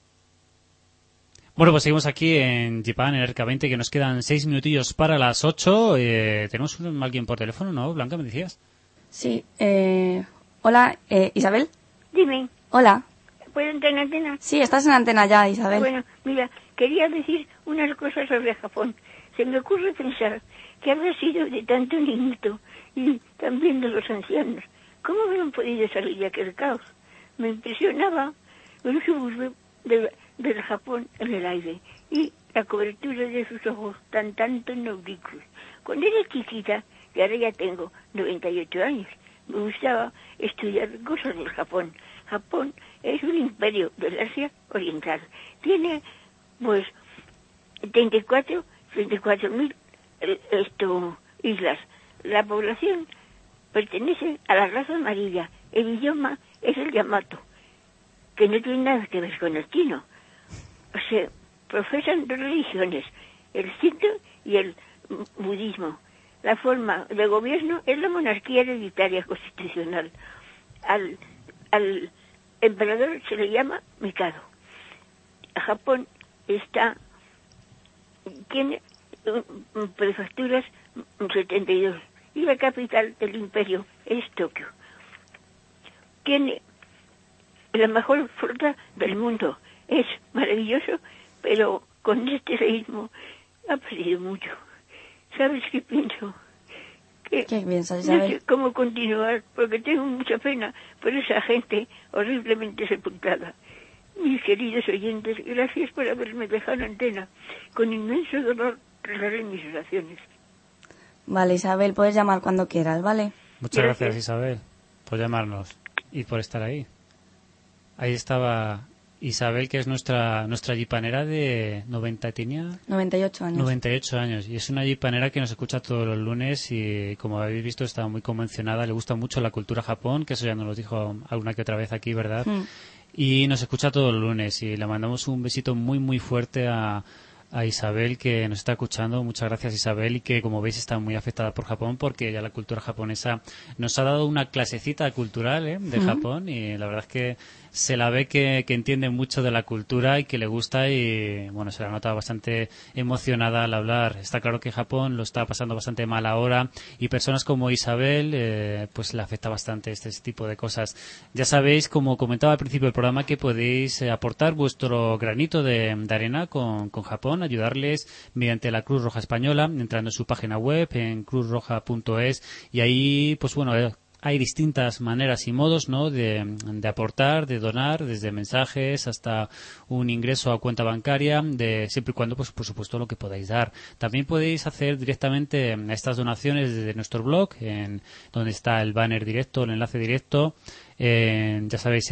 Bueno, pues seguimos aquí en J-Punk, en RK20, que nos quedan 6 minutillos para las 8. ¿Tenemos alguien por teléfono, no? Blanca, ¿me decías? Sí. Hola, Isabel. Dime. Hola. ¿Puedo entrar en antena? Sí, estás en antena ya, Isabel. Bueno, mira, quería decir unas cosas sobre Japón. Se me ocurre pensar que habrá sido de tanto niñito y también de los ancianos. ¿Cómo habían podido salir de aquel caos? Me impresionaba el suburbio del Japón en el aire y la cobertura de sus ojos tanto en auriculares. Cuando era chiquita, y ahora ya tengo 98 años, me gustaba estudiar cosas del Japón. Japón es un imperio del Asia Oriental. Tiene, pues, 34.000 islas. La población pertenece a la raza amarilla. El idioma es el Yamato, que no tiene nada que ver con el chino. O sea, profesan dos religiones, el Shinto y el budismo. La forma de gobierno es la monarquía hereditaria constitucional. Al emperador se le llama Mikado. Japón tiene prefecturas 72 y la capital del imperio es Tokio. Tiene la mejor flota del mundo. Es maravilloso, pero con este ritmo ha perdido mucho. ¿Sabes qué pienso? ¿Qué piensas, Isabel? No sé cómo continuar, porque tengo mucha pena por esa gente horriblemente sepultada. Mis queridos oyentes, gracias por haberme dejado en antena. Con inmenso dolor regalaré mis oraciones. Vale, Isabel, puedes llamar cuando quieras, ¿vale? Muchas gracias, Isabel, por llamarnos y por estar ahí. Ahí estaba Isabel, que es nuestra jipanera de 98 años. 98 años. Y es una jipanera que nos escucha todos los lunes y, como habéis visto, está muy convencionada. Le gusta mucho la cultura Japón, que eso ya nos lo dijo alguna que otra vez aquí, ¿verdad? Y nos escucha todos los lunes. Y le mandamos un besito muy, muy fuerte a Isabel, que nos está escuchando. Muchas gracias, Isabel, y que, como veis, está muy afectada por Japón, porque ya la cultura japonesa nos ha dado una clasecita cultural de Japón, y la verdad es que se la ve que entiende mucho de la cultura y que le gusta, y bueno, se la nota bastante emocionada al hablar. Está claro que Japón lo está pasando bastante mal ahora, y personas como Isabel pues le afecta bastante este tipo de cosas. Ya sabéis, como comentaba al principio del programa, que podéis aportar vuestro granito de arena con Japón, ayudarles mediante la Cruz Roja Española, entrando en su página web en cruzroja.es, y ahí pues bueno, hay distintas maneras y modos, ¿no?, de aportar, de donar, desde mensajes hasta un ingreso a cuenta bancaria, siempre y cuando, pues por supuesto, lo que podáis dar. También podéis hacer directamente estas donaciones desde nuestro blog, donde está el banner directo, el enlace directo, ya sabéis,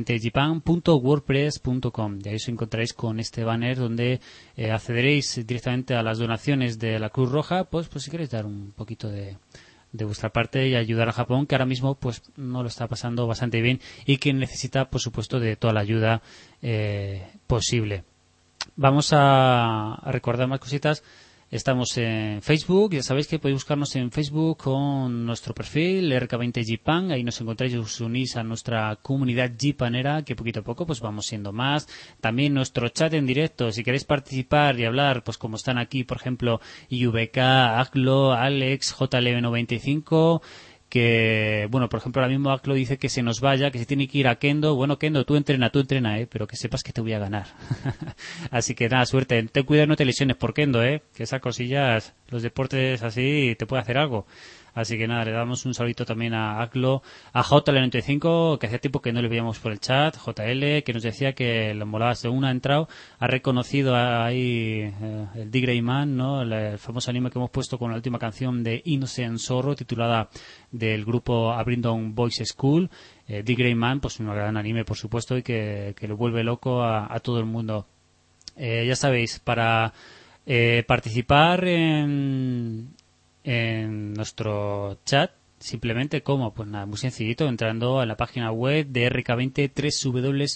rk20japan.wordpress.com. De ahí os encontraréis con este banner donde accederéis directamente a las donaciones de la Cruz Roja, pues si queréis dar un poquito de vuestra parte y ayudar a Japón, que ahora mismo pues no lo está pasando bastante bien y que necesita, por supuesto, de toda la ayuda posible. Vamos a recordar más cositas. Estamos en Facebook, ya sabéis que podéis buscarnos en Facebook con nuestro perfil RK20 Japan, ahí nos encontráis y os unís a nuestra comunidad jipanera, que poquito a poco pues vamos siendo más. También nuestro chat en directo, si queréis participar y hablar, pues como están aquí, por ejemplo, IVK, Aglo, Alex, JLV95, que, bueno, por ejemplo, ahora mismo Aclo dice que se nos vaya, que se tiene que ir a Kendo. Bueno, Kendo, tú entrena, pero que sepas que te voy a ganar. Así que nada, suerte. Ten cuidado, no te lesiones por Kendo, que esas cosillas, los deportes así, te puede hacer algo. Así que nada, le damos un saludito también a Aclo, a JL95, que hacía tiempo que no le veíamos por el chat, JL, que nos decía que lo molaba según ha entrado, ha reconocido ahí el D-Greyman, ¿no?, el famoso anime que hemos puesto con la última canción de Innocent Zorro, titulada del grupo Abrindon Boys School. D-Greyman, pues un gran anime, por supuesto, y que lo vuelve loco a todo el mundo. Ya sabéis, para participar en nuestro chat, simplemente como, pues nada, muy sencillito, entrando a la página web de RK20,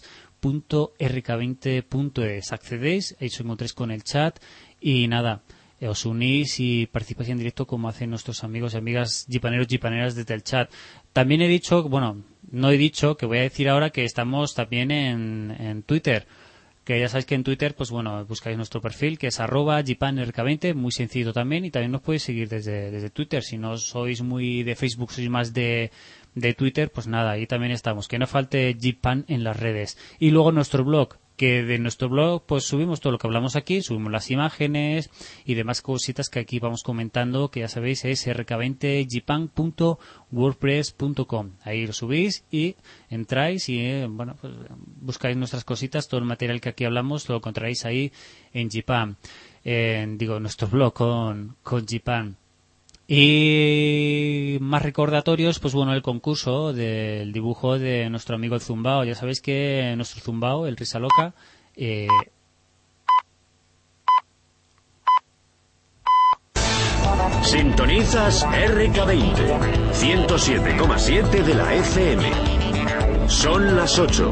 www.rk20.es, accedéis, ahí os encontréis con el chat y nada, os unís y participáis en directo como hacen nuestros amigos y amigas jipaneros, jipaneras desde el chat. También he dicho, bueno, no he dicho, que voy a decir ahora que estamos también en Twitter, que ya sabéis que en Twitter, pues bueno, buscáis nuestro perfil, que es @jipanrk20, muy sencillo también, y también nos podéis seguir desde Twitter. Si no sois muy de Facebook, sois más de Twitter, pues nada, ahí también estamos. Que no falte Jipan en las redes. Y luego nuestro blog, que de nuestro blog pues subimos todo lo que hablamos aquí, subimos las imágenes y demás cositas que aquí vamos comentando, que ya sabéis es rk20gpan.wordpress.com. Ahí lo subís y entráis y pues buscáis nuestras cositas, todo el material que aquí hablamos lo encontraréis ahí en Gpan, nuestro blog con Gpan. Y más recordatorios, pues bueno, el concurso del dibujo de nuestro amigo el Zumbao. Ya sabéis que nuestro Zumbao, el Risa Loca, sintonizas RK20 107,7 de la FM. Son las 8.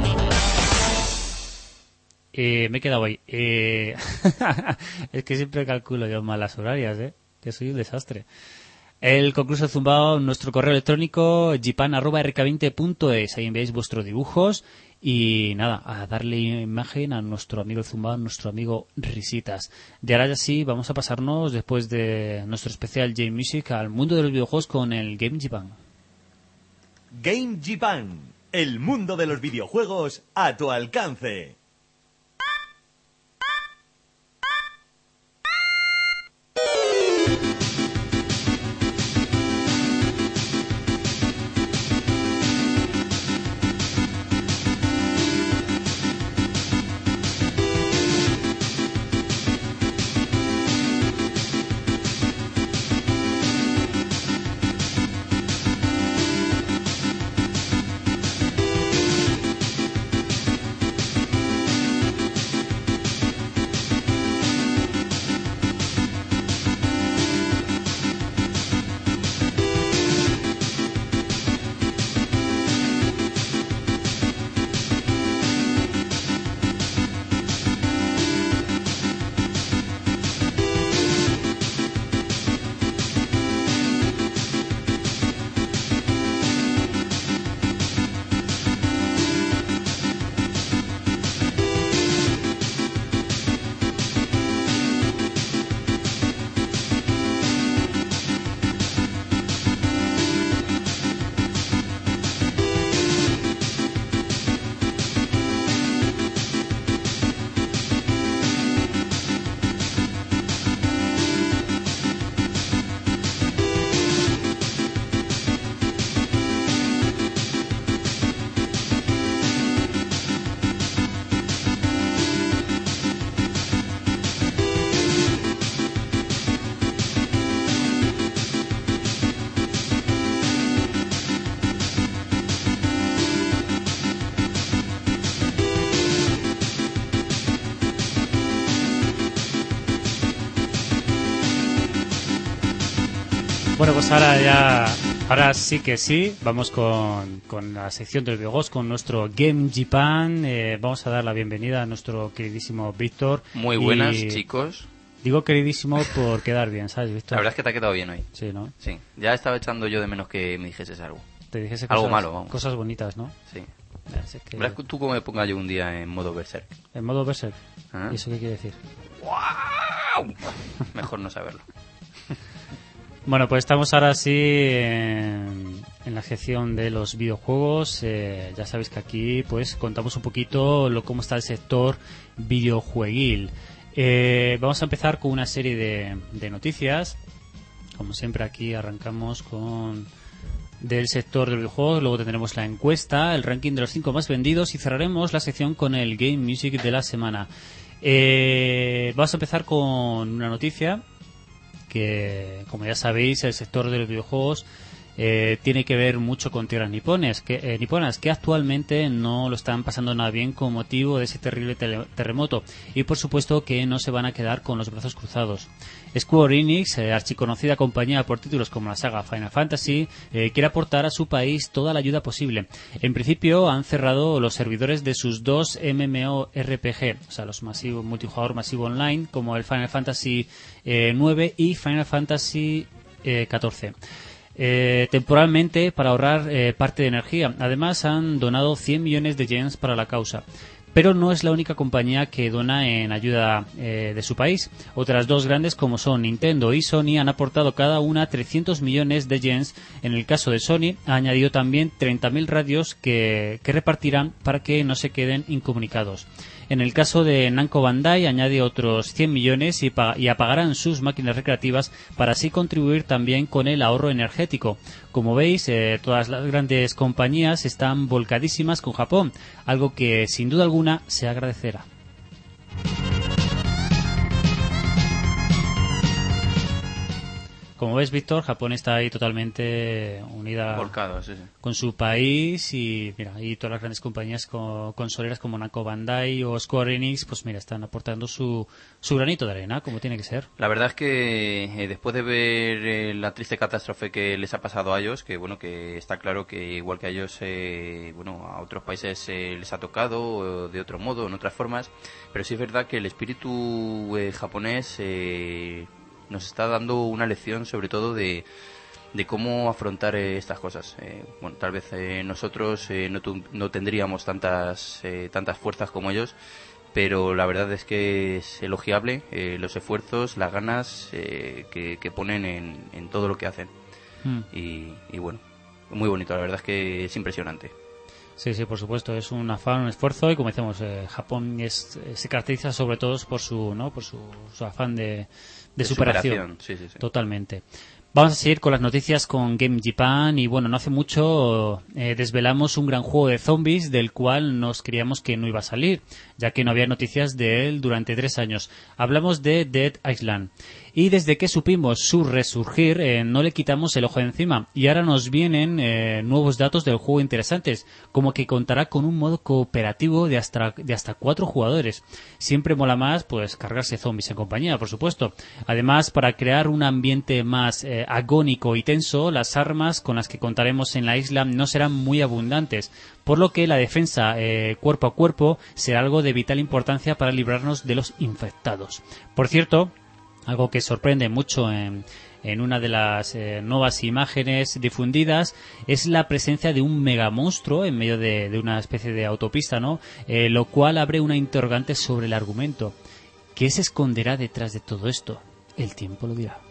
Me he quedado ahí. Es que siempre calculo yo mal las horarias, que soy un desastre. El concurso Zumbao, nuestro correo electrónico gpan@rk20.es. Ahí enviáis vuestros dibujos y nada, a darle imagen a nuestro amigo Zumbao, nuestro amigo Risitas. De ahora ya sí, vamos a pasarnos después de nuestro especial Game Music al mundo de los videojuegos con el Game Gpan. Game Gpan, el mundo de los videojuegos a tu alcance. Bueno, pues ahora sí que sí, vamos con la sección de los videojuegos, con nuestro Game Gpan. Vamos a dar la bienvenida a nuestro queridísimo Víctor. Muy buenas, chicos. Digo queridísimo por quedar bien, ¿sabes, Víctor? La verdad es que te ha quedado bien hoy. Sí, ¿no? Sí, ya estaba echando yo de menos que me dijeses algo. Te dijese algo cosas, malo, vamos. Cosas bonitas, ¿no? Sí. Es que... ¿Verdad que tú cómo me ponga yo un día en modo Berserk? ¿En modo Berserk? ¿Ah? ¿Y eso qué quiere decir? ¡Wow! Mejor no saberlo. Bueno, pues estamos ahora sí en la sección de los videojuegos. Ya sabéis que aquí pues contamos un poquito cómo está el sector videojueguil. Vamos a empezar con una serie de noticias. Como siempre aquí arrancamos con del sector de videojuegos, luego tendremos la encuesta, el ranking de los 5 más vendidos y cerraremos la sección con el Game Music de la semana. Vamos a empezar con una noticia que, como ya sabéis, el sector de los videojuegos tiene que ver mucho con tierras niponas que actualmente no lo están pasando nada bien con motivo de ese terrible terremoto, y por supuesto que no se van a quedar con los brazos cruzados. Square Enix, archiconocida compañía por títulos como la saga Final Fantasy, quiere aportar a su país toda la ayuda posible. En principio han cerrado los servidores de sus 2 MMORPG, o sea, los masivos multijugador masivo online, como el Final Fantasy 9 y Final Fantasy 14. Temporalmente para ahorrar parte de energía. Además han donado 100 millones de yens para la causa. Pero no es la única compañía que dona en ayuda de su país. Otras dos grandes como son Nintendo y Sony han aportado cada una 300 millones de yens. En el caso de Sony ha añadido también 30.000 radios que repartirán para que no se queden incomunicados. En el caso de Namco Bandai añade otros 100 millones y apagarán sus máquinas recreativas para así contribuir también con el ahorro energético. Como veis, todas las grandes compañías están volcadísimas con Japón, algo que sin duda alguna se agradecerá. Como ves, Víctor, Japón está ahí totalmente unida volcado, sí. con su país y mira, y todas las grandes compañías consoleras como Namco Bandai o Square Enix, pues mira, están aportando su granito de arena, como tiene que ser. La verdad es que después de ver la triste catástrofe que les ha pasado a ellos, que bueno, que está claro que igual que a ellos, bueno, a otros países les ha tocado de otro modo, en otras formas, pero sí es verdad que el espíritu japonés nos está dando una lección sobre todo de cómo afrontar estas cosas. Bueno, tal vez nosotros no tendríamos tantas fuerzas como ellos, pero la verdad es que es elogiable los esfuerzos, las ganas que ponen en todo lo que hacen. Y bueno, muy bonito, la verdad es que es impresionante. Sí, por supuesto, es un afán, un esfuerzo y como decimos, Japón se caracteriza sobre todo por su afán de superación. Sí. Totalmente. Vamos a seguir con las noticias con Game Japan y bueno, no hace mucho desvelamos un gran juego de zombies del cual nos creíamos que no iba a salir, ya que no había noticias de él durante 3 años. Hablamos de Dead Island. Y desde que supimos su resurgir, no le quitamos el ojo de encima. Y ahora nos vienen nuevos datos del juego interesantes, como que contará con un modo cooperativo de hasta 4 jugadores. Siempre mola más, pues, cargarse zombies en compañía, por supuesto. Además, para crear un ambiente más agónico y tenso, las armas con las que contaremos en la isla no serán muy abundantes, por lo que la defensa cuerpo a cuerpo será algo de vital importancia para librarnos de los infectados. Por cierto, algo que sorprende mucho en una de las nuevas imágenes difundidas es la presencia de un megamonstruo en medio de una especie de autopista, ¿no? Lo cual abre una interrogante sobre el argumento. ¿Qué se esconderá detrás de todo esto? El tiempo lo dirá.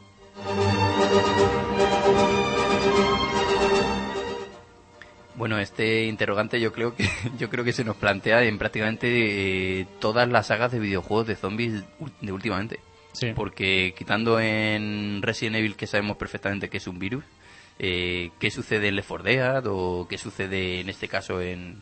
Bueno, este interrogante yo creo que se nos plantea en prácticamente todas las sagas de videojuegos de zombies de últimamente. Sí. Porque quitando en Resident Evil, que sabemos perfectamente que es un virus, ¿qué sucede en Left 4 Dead o qué sucede en este caso en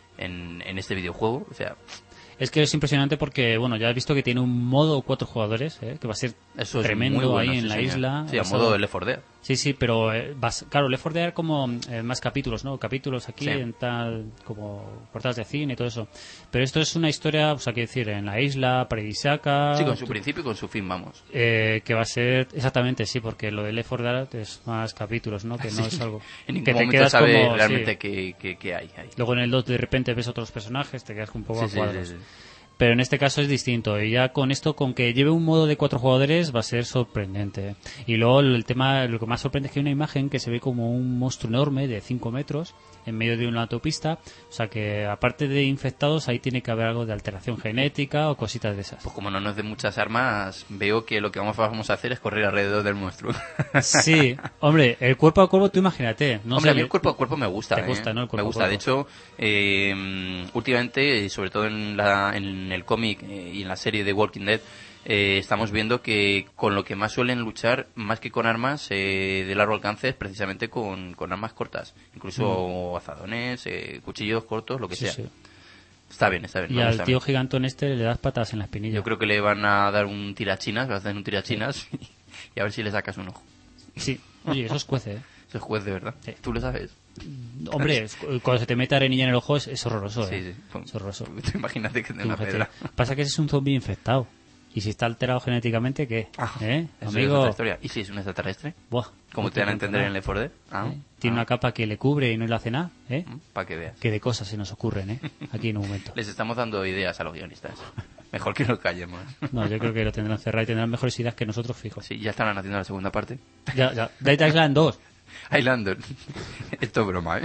este videojuego? O sea, es que es impresionante porque, bueno, ya has visto que tiene un modo 4 jugadores, que va a ser eso tremendo es muy bueno, ahí en la isla. Sí, a modo de Left 4 Dead. Sí, pero claro, Left 4 Dead como más capítulos, ¿no? Capítulos aquí en tal, como portadas de cine y todo eso. Pero esto es una historia, o sea, quiero decir, en la isla paradisíaca. Sí, con su principio y con su fin, vamos. Que va a ser, exactamente, sí, porque lo de Left 4 Dead es más capítulos, ¿no? Que no es algo en ningún que te momento quedas sabes como realmente qué hay ahí. Luego en el 2 de repente ves otros personajes, te quedas un poco a cuadros. Sí. Pero en este caso es distinto y ya con esto, con que lleve un modo de 4 jugadores va a ser sorprendente. Y luego el tema, lo que más sorprende es que hay una imagen que se ve como un monstruo enorme de 5 metros en medio de una autopista, o sea que aparte de infectados ahí tiene que haber algo de alteración genética o cositas de esas. Pues como no nos den muchas armas, veo que lo que vamos a hacer es correr alrededor del monstruo. Sí, hombre, el cuerpo a cuerpo tú imagínate. No hombre, sé, a mí el cuerpo a cuerpo me gusta. Te gusta, ¿no? El cuerpo me gusta, a cuerpo. De hecho, últimamente, sobre todo en el cómic y en la serie de Walking Dead, estamos viendo que con lo que más suelen luchar, más que con armas de largo alcance, es precisamente con armas cortas, incluso azadones, cuchillos cortos, lo que sea. Sí. Está bien. Y al tío gigantón le das patas en la espinilla. Yo creo que le van a dar un tirachinas, va a hacer un tirachinas y a ver si le sacas un ojo. Sí, oye, eso es cuece, Eso es juez, de verdad. Sí. ¿Tú lo sabes? Hombre, cuando se te mete arenilla en el ojo es horroroso, Sí. Es horroroso. Imagínate que te una pedra. Pasa que ese es un zombie infectado. Y si está alterado genéticamente, ¿qué? Eso amigo. Es otra historia. ¿Y si es un extraterrestre? Buah, ¿Cómo te dan a entender en Left 4 Dead? Tiene una capa que le cubre y no le hace nada, Para que veas. Qué de cosas se nos ocurren, aquí en un momento. Les estamos dando ideas a los guionistas. Mejor que nos callemos. No, yo creo que lo tendrán cerrado y tendrán mejores ideas que nosotros, fijo. Sí, ya estarán haciendo la segunda parte. Ya. Dead Island 2. Island. Esto es broma,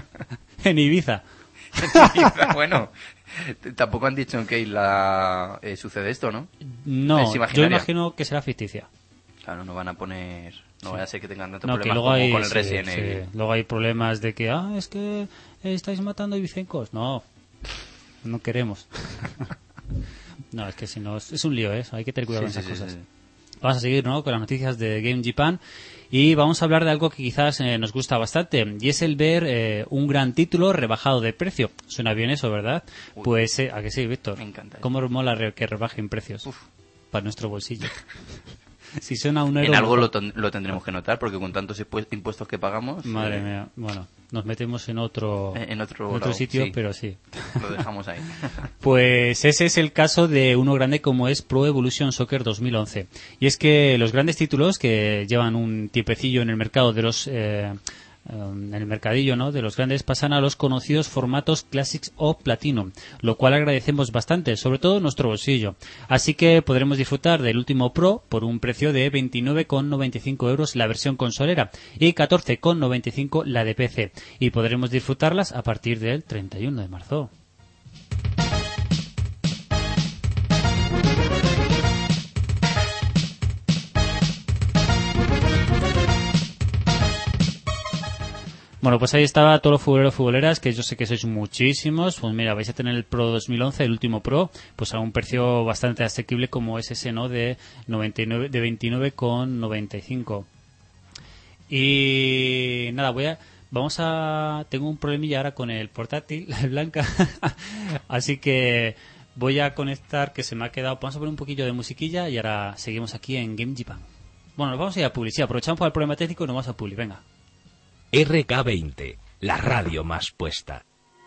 En Ibiza. Bueno, tampoco han dicho en qué isla sucede esto, ¿no? No, yo imagino que será ficticia. Claro, no van a poner... No vaya a ser que tengan tantos problemas como con el Resident Evil. Luego hay problemas de que, es que estáis matando ibicencos. No. no queremos. No, es que si no, es un lío, ¿eh? Hay que tener cuidado con esas cosas. Sí. Vamos a seguir, ¿no?, con las noticias de Game Japan y vamos a hablar de algo que quizás nos gusta bastante, y es el ver un gran título rebajado de precio. Suena bien eso, ¿verdad? Uy. Pues, ¿a que sí, Víctor? Me encanta. ¿Cómo mola que rebajen precios? Uf. Para nuestro bolsillo. Si suena un euro... En algo lo tendremos que notar, porque con tantos impuestos que pagamos... Madre mía, bueno, nos metemos en otro sitio, sí. Pero sí. Lo dejamos ahí. Pues ese es el caso de uno grande como es Pro Evolution Soccer 2011. Y es que los grandes títulos que llevan un tiempecillo en el mercado de los... en el mercadillo, ¿no?, de los grandes, pasan a los conocidos formatos Classics o Platinum, lo cual agradecemos bastante, sobre todo en nuestro bolsillo. Así que podremos disfrutar del último Pro por un precio de 29,95 euros la versión consolera y 14,95 la de PC, y podremos disfrutarlas a partir del 31 de marzo. Bueno, pues ahí estaba todos los futboleros, futboleras, que yo sé que sois muchísimos. Pues mira, vais a tener el Pro 2011, el último Pro, pues a un precio bastante asequible como es ese, ¿no?, de 29,95. Y nada, tengo un problemilla ahora con el portátil, la Blanca, así que voy a conectar, que se me ha quedado. Vamos a poner un poquillo de musiquilla y ahora seguimos aquí en Game Japan. Bueno, nos vamos a ir a publicidad, aprovechamos para el problema técnico y nos vamos a publi, venga. RK20, la radio más puesta.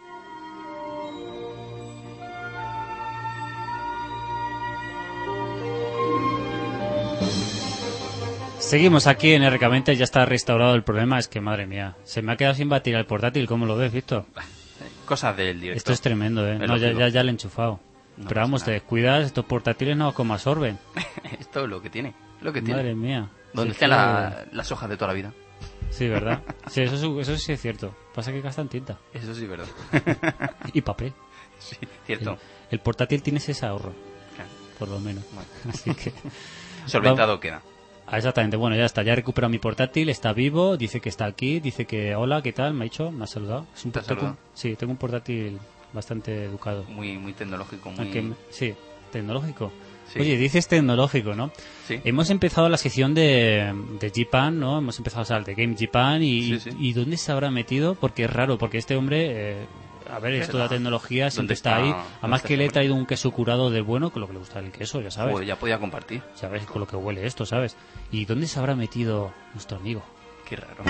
Seguimos aquí en RK20, ya está restaurado el problema. Es que, madre mía, se me ha quedado sin batería el portátil. ¿Cómo lo ves, Víctor? Cosas del directo. Esto es tremendo, ¿eh? No, ya lo he enchufado. No, pero vamos, te descuidas, estos portátiles no como absorben. Esto es lo que tiene. Madre mía. Donde están las hojas de toda la vida. Sí, ¿verdad? Sí, eso sí es cierto. Pasa que gastan tinta. Eso sí es verdad. Y papel. Sí, cierto. El portátil tiene ese ahorro. Claro. Por lo menos. Bueno. Así que... Solventado queda. Exactamente. Bueno, ya está. Ya he recuperado mi portátil. Está vivo. Dice que está aquí. Dice que hola, ¿qué tal? Me ha dicho. Me ha saludado. ¿Te ha saludado? Sí, tengo un portátil bastante educado. Muy tecnológico. Sí, tecnológico. Sí. Oye, dices tecnológico, ¿no? Sí. Hemos empezado la sección de Japan, ¿no? Hemos empezado a hablar de Game Japan y ¿dónde se habrá metido? Porque es raro, porque este hombre, esto de la tecnología siempre está ahí. Además que le he traído un queso curado del bueno, con lo que le gusta el queso, ya sabes. Pues ya podía compartir. ¿Sabes? Con lo que huele esto, ¿sabes? ¿Y dónde se habrá metido nuestro amigo? Qué raro.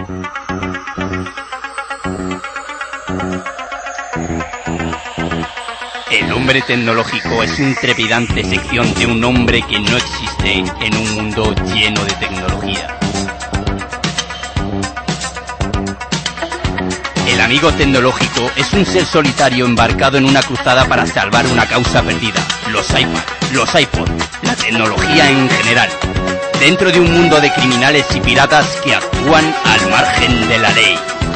El hombre tecnológico es una trepidante sección de un hombre que no existe en un mundo lleno de tecnología. El amigo tecnológico es un ser solitario embarcado en una cruzada para salvar una causa perdida: los iPad, los iPod, la tecnología en general, dentro de un mundo de criminales y piratas que actúan al margen de la ley.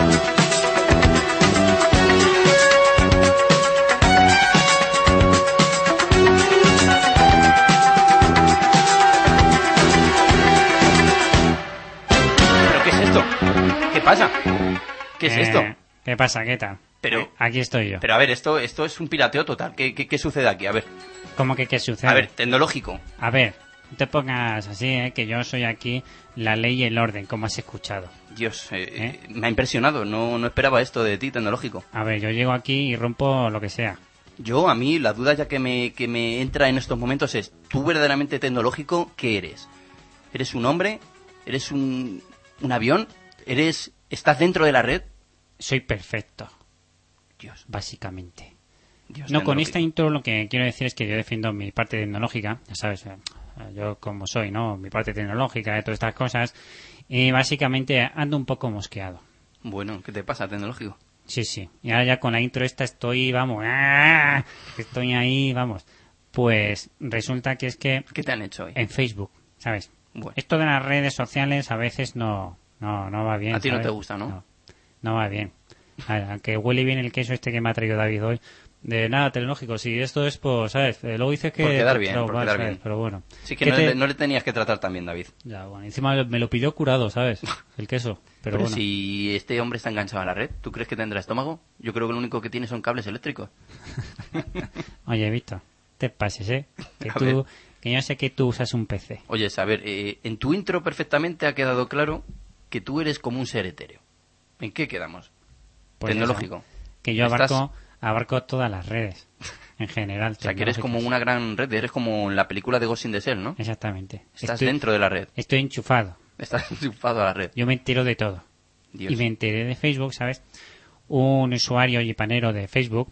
¿Qué pasa? ¿Qué es esto? ¿Qué pasa? ¿Qué tal? Pero aquí estoy yo. Pero a ver, esto es un pirateo total. ¿Qué sucede aquí? A ver. ¿Cómo que qué sucede? A ver, tecnológico. A ver, no te pongas así, que yo soy aquí la ley y el orden, como has escuchado. Dios, me ha impresionado. No esperaba esto de ti, tecnológico. A ver, yo llego aquí y rompo lo que sea. A mí, la duda ya que me entra en estos momentos es: ¿tú verdaderamente tecnológico qué eres? ¿Eres un hombre? ¿Eres un avión? ¿Estás dentro de la red? Soy perfecto. Dios. Básicamente. Dios, no, con esta intro lo que quiero decir es que yo defiendo mi parte tecnológica, ya sabes, yo como soy, ¿no? Mi parte tecnológica de todas estas cosas, y básicamente ando un poco mosqueado. Bueno, ¿qué te pasa, tecnológico? Sí. Y ahora ya con la intro esta estoy, estoy ahí, vamos. Pues resulta que es que... ¿Qué te han hecho hoy? En Facebook, ¿sabes? Bueno. Esto de las redes sociales a veces no va bien. A ti ¿sabes? No te gusta, ¿no? No va bien. Aunque huele bien el queso este que me ha traído David hoy, De nada, Tecnológico, si esto es por, ¿sabes? Luego dices que... Por quedar bien, claro, por quedar ¿sabes? bien. Pero bueno. Sí, que no le tenías que tratar tan bien, David. Ya, bueno, encima me lo pidió curado, ¿sabes? El queso, pero bueno. Si este hombre está enganchado a la red, ¿tú crees que tendrá estómago? Yo creo que lo único que tiene son cables eléctricos. Oye, Víctor, te pases, ¿eh? Que yo sé que tú usas un PC. Oye, a ver, en tu intro perfectamente ha quedado claro que tú eres como un ser etéreo. ¿En qué quedamos? Pues Tecnológico. Eso, que yo abarco todas las redes, en general. O sea, que eres como una gran red, eres como en la película de Ghost in the Shell, ¿no? Exactamente. Estás dentro de la red. Estoy enchufado. Estás enchufado a la red. Yo me entero de todo. Dios. Y me enteré de Facebook, ¿sabes? Un usuario yipanero de Facebook...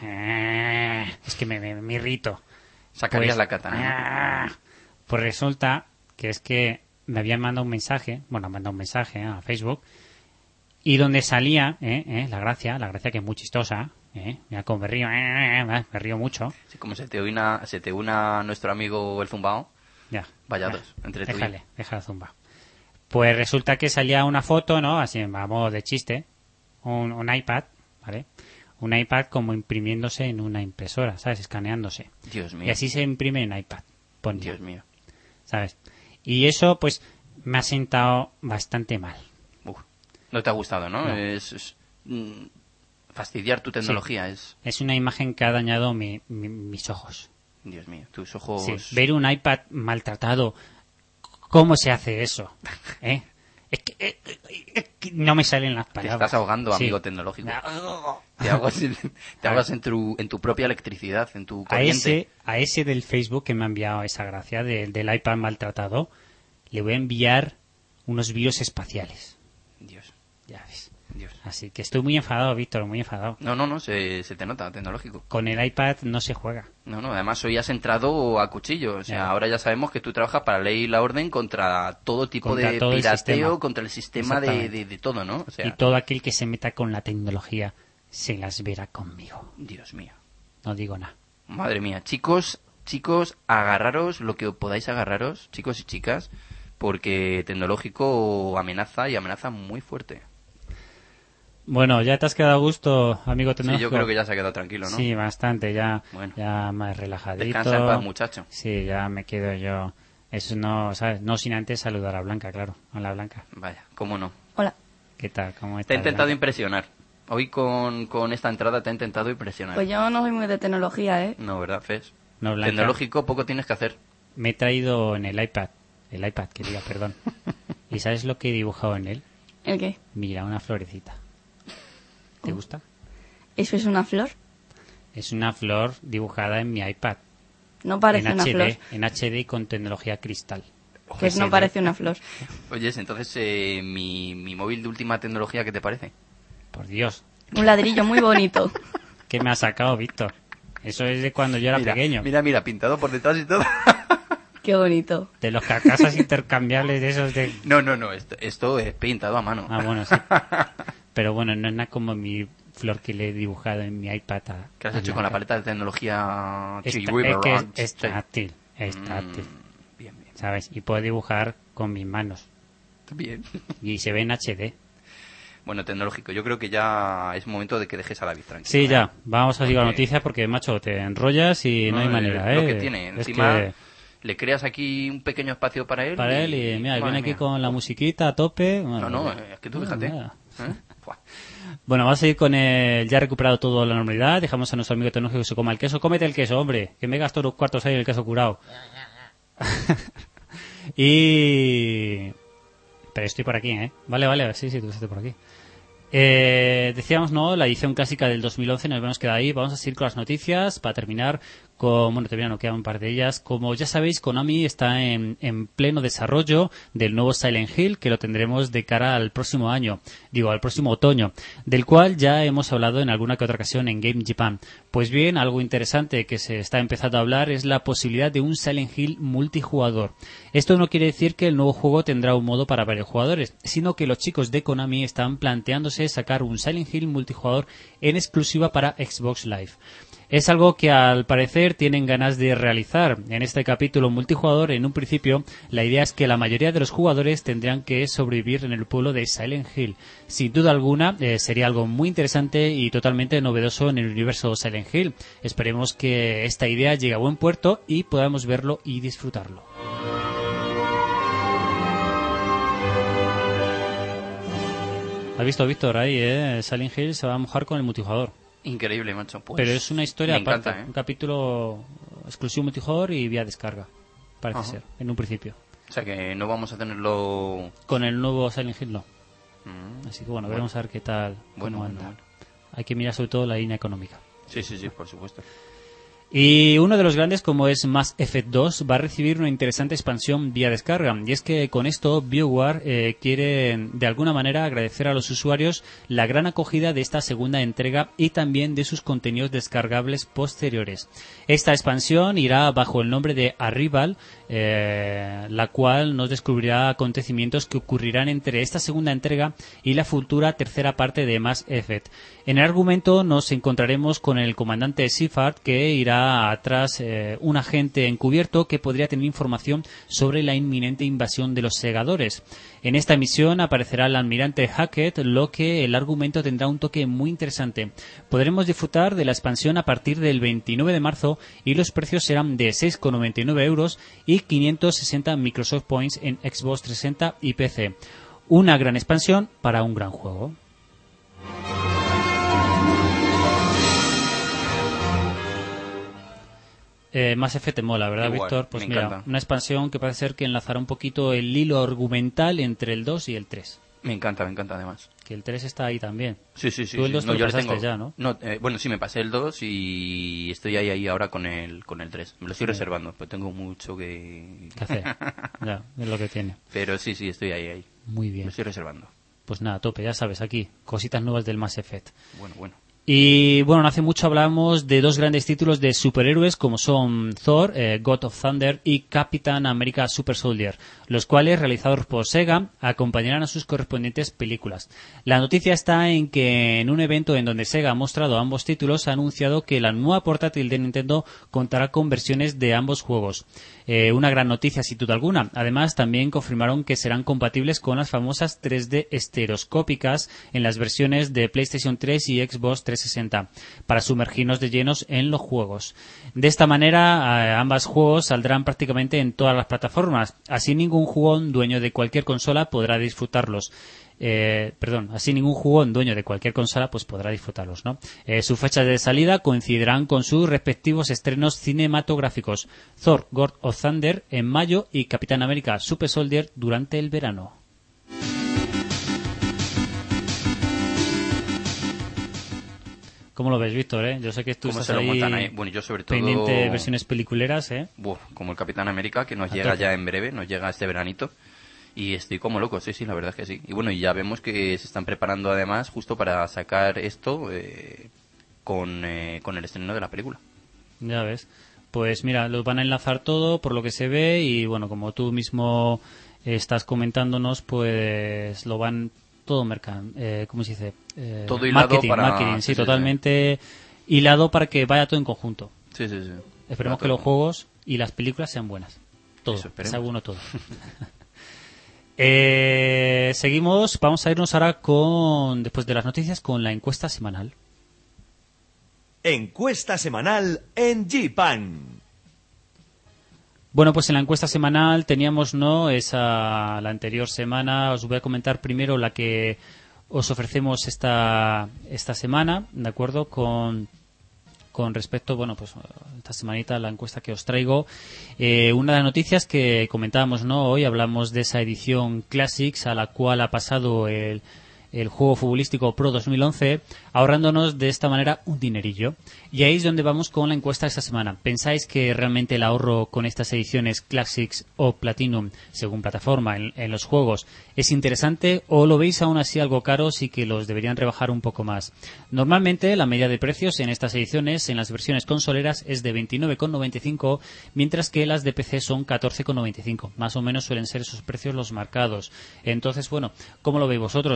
es que me irrito. Sacarías la katana, ¿no? Pues resulta que es que me habían mandado un mensaje, a Facebook, y donde salía, la gracia que es muy chistosa, mira cómo me río mucho. Sí, como se te una nuestro amigo el Zumbao. Ya. Vaya dos, entre tú y... Déjale Zumba. Pues resulta que salía una foto, ¿no? Así, vamos, de chiste, un iPad, ¿vale? Un iPad como imprimiéndose en una impresora, ¿sabes? Escaneándose. Dios mío. Y así se imprime en iPad. Dios mío. ¿Sabes? Y eso, pues, me ha sentado bastante mal. No te ha gustado, ¿no? No. Es fastidiar tu tecnología. Sí. Es una imagen que ha dañado mis ojos. Dios mío, tus ojos... Sí. Ver un iPad maltratado. ¿Cómo se hace eso? Es que no me salen las palabras. Te estás ahogando, amigo tecnológico. Te ahogas en tu propia electricidad, en tu corriente. A ese del Facebook que me ha enviado esa gracia del iPad maltratado, le voy a enviar unos virus espaciales. Dios. Ya ves. Dios. Así que estoy muy enfadado, Víctor, muy enfadado. No, se te nota, tecnológico. Con el iPad no se juega. No, además hoy has entrado a cuchillo. O sea, ahora ya sabemos que tú trabajas para la ley y la orden contra todo tipo de pirateo, contra el sistema de todo, ¿no? O sea, y todo aquel que se meta con la tecnología se las verá conmigo. Dios mío. No digo nada. Madre mía. Chicos, agarraros lo que podáis agarraros, chicos y chicas, porque tecnológico amenaza y amenaza muy fuerte. Bueno, ya te has quedado a gusto, amigo tecnológico. Sí, yo creo que ya se ha quedado tranquilo, ¿no? Sí, bastante, ya más relajadito. Descansa en paz, muchacho. Sí, ya me quedo yo. Eso no, ¿sabes? No sin antes saludar a Blanca, claro. Hola, Blanca. Vaya, cómo no. Hola. ¿Qué tal? ¿Cómo estás? Te he intentado Blanca? impresionar. Hoy con esta entrada te he intentado impresionar. Pues yo no soy muy de tecnología, ¿eh? No, ¿verdad, Fes? No, Blanca. Tecnológico poco tienes que hacer. Me he traído en el iPad, que diga, perdón. ¿Y sabes lo que he dibujado en él? ¿El qué? Mira, una florecita. ¿Te gusta? ¿Eso es una flor? Es una flor dibujada en mi iPad. No parece una flor. En HD y con tecnología cristal. Pues no parece una flor. Oye, entonces mi móvil de última tecnología, ¿qué te parece? Por Dios. Un ladrillo muy bonito. ¿Qué me ha sacado, Víctor? Eso es de cuando yo era pequeño. Mira, pintado por detrás y todo. Qué bonito. De los carcasas intercambiables de esos de... No, esto es pintado a mano. Ah, bueno, sí. Pero bueno, no es nada como mi flor que le he dibujado en mi iPad. ¿Qué has hecho con la paleta de tecnología? Es táctil. Bien. ¿Sabes? Y puedo dibujar con mis manos. Bien. Y se ve en HD. Bueno, tecnológico, yo creo que ya es momento de que dejes a David tranquilo. Sí, ya. Vamos a seguir la noticia porque, macho, te enrollas y no hay manera, Lo que tiene. Encima, le creas aquí un pequeño espacio para él. Para él y mira, viene aquí con la musiquita a tope. Bueno, es que tú fíjate. Bueno, vamos a ir con el ya recuperado todo la normalidad. Dejamos a nuestro amigo tecnológico que se coma el queso. Cómete el queso, hombre, que me gasto 2 cuartos ahí en el queso curado. Pero estoy por aquí, ¿eh? Vale, sí, tú estás por aquí. Decíamos, ¿no? La edición clásica del 2011 nos hemos quedado ahí. Vamos a seguir con las noticias para terminar nos quedan un par de ellas. Como ya sabéis, Konami está en pleno desarrollo del nuevo Silent Hill, que lo tendremos de cara al próximo al próximo otoño, del cual ya hemos hablado en alguna que otra ocasión en Game Japan. Pues bien, algo interesante que se está empezando a hablar es la posibilidad de un Silent Hill multijugador. Esto no quiere decir que el nuevo juego tendrá un modo para varios jugadores, sino que los chicos de Konami están planteándose sacar un Silent Hill multijugador en exclusiva para Xbox Live. Es algo que al parecer tienen ganas de realizar. En este capítulo multijugador, en un principio, la idea es que la mayoría de los jugadores tendrían que sobrevivir en el pueblo de Silent Hill. Sin duda alguna, sería algo muy interesante y totalmente novedoso en el universo Silent Hill. Esperemos que esta idea llegue a buen puerto y podamos verlo y disfrutarlo. ¿Has visto, Víctor? Ahí, Silent Hill se va a mojar con el multijugador. Increíble, macho. Pues pero es una historia aparte, encanta, un capítulo exclusivo multijugador y vía descarga, parece ser, en un principio. O sea que no vamos a tenerlo... Con el nuevo Silent Hill no. Así que bueno, veremos a ver qué tal, cómo anda. Bueno. Hay que mirar sobre todo la línea económica. Sí, por supuesto. Y uno de los grandes, como es Mass Effect 2, va a recibir una interesante expansión vía descarga. Y es que con esto BioWare quiere de alguna manera agradecer a los usuarios la gran acogida de esta segunda entrega y también de sus contenidos descargables posteriores. Esta expansión irá bajo el nombre de Arrival, la cual nos descubrirá acontecimientos que ocurrirán entre esta segunda entrega y la futura tercera parte de Mass Effect. En el argumento nos encontraremos con el comandante Shepard, que irá atrás un agente encubierto que podría tener información sobre la inminente invasión de los segadores. En esta misión aparecerá el almirante Hackett, lo que el argumento tendrá un toque muy interesante. Podremos disfrutar de la expansión a partir del 29 de marzo y los precios serán de 6,99 euros y 560 Microsoft Points en Xbox 360 y PC. Una gran expansión para un gran juego. Mass Effect te mola, ¿verdad, igual, Víctor? Pues mira, encanta. Una expansión que parece ser que enlazará un poquito el hilo argumental entre el 2 y el 3. Me encanta además. Que el 3 está ahí también. Sí. Tú el 2 no, te yo lo pasaste tengo. ya, ¿no? Bueno, sí, me pasé el 2 y estoy ahí ahora con el 3. Me lo estoy reservando, pues tengo mucho que hacer. Ya, es lo que tiene. Pero sí, estoy ahí. Muy bien. Me estoy reservando. Pues nada, a tope, ya sabes, aquí, cositas nuevas del Mass Effect. Bueno. Y bueno, no hace mucho hablamos de dos grandes títulos de superhéroes como son Thor, God of Thunder y Capitán América Super Soldier, los cuales, realizados por Sega, acompañarán a sus correspondientes películas. La noticia está en que en un evento en donde Sega ha mostrado ambos títulos, ha anunciado que la nueva portátil de Nintendo contará con versiones de ambos juegos. Una gran noticia sin duda alguna. Además, también confirmaron que serán compatibles con las famosas 3D estereoscópicas en las versiones de PlayStation 3 y Xbox 360 para sumergirnos de llenos en los juegos. De esta manera, ambos juegos saldrán prácticamente en todas las plataformas. Así ningún jugón dueño de cualquier consola podrá disfrutarlos. Así ningún jugón dueño de cualquier consola pues podrá disfrutarlos, ¿no? Sus fechas de salida coincidirán con sus respectivos estrenos cinematográficos: Thor, God of Thunder en mayo y Capitán América Super Soldier durante el verano. ¿Cómo lo ves, Víctor? Yo sé que tú estás ahí. Bueno, yo sobre todo pendiente de versiones peliculeras, como el Capitán América, que nos llega ya en breve, nos llega este veranito. Y estoy como loco, sí, la verdad es que sí. Y bueno, y ya vemos que se están preparando además justo para sacar esto con el estreno de la película. Ya ves. Pues mira, los van a enlazar todo por lo que se ve y bueno, como tú mismo estás comentándonos, pues lo van todo ¿cómo se dice? Todo hilado marketing, sí, totalmente hilado para que vaya todo en conjunto. Sí. Esperemos que los juegos y las películas sean buenas. Todo, sea bueno todo. Seguimos, vamos a irnos ahora después de las noticias, con la encuesta semanal. Encuesta semanal en G-Pan. Bueno, pues en la encuesta semanal teníamos, la anterior semana. Os voy a comentar primero la que os ofrecemos esta semana, ¿de acuerdo? Con respecto, esta semanita la encuesta que os traigo. Una de las noticias que comentábamos, hoy hablamos de esa edición Classics a la cual ha pasado el juego futbolístico Pro 2011, ahorrándonos de esta manera un dinerillo. Y ahí es donde vamos con la encuesta de esta semana. ¿Pensáis que realmente el ahorro con estas ediciones Classics o Platinum, según plataforma, en los juegos, es interesante, o lo veis aún así algo caros y que los deberían rebajar un poco más? Normalmente la media de precios en estas ediciones, en las versiones consoleras, es de 29,95, mientras que las de PC son 14,95. Más o menos suelen ser esos precios los marcados. Entonces, ¿cómo lo veis vosotros? Ahí está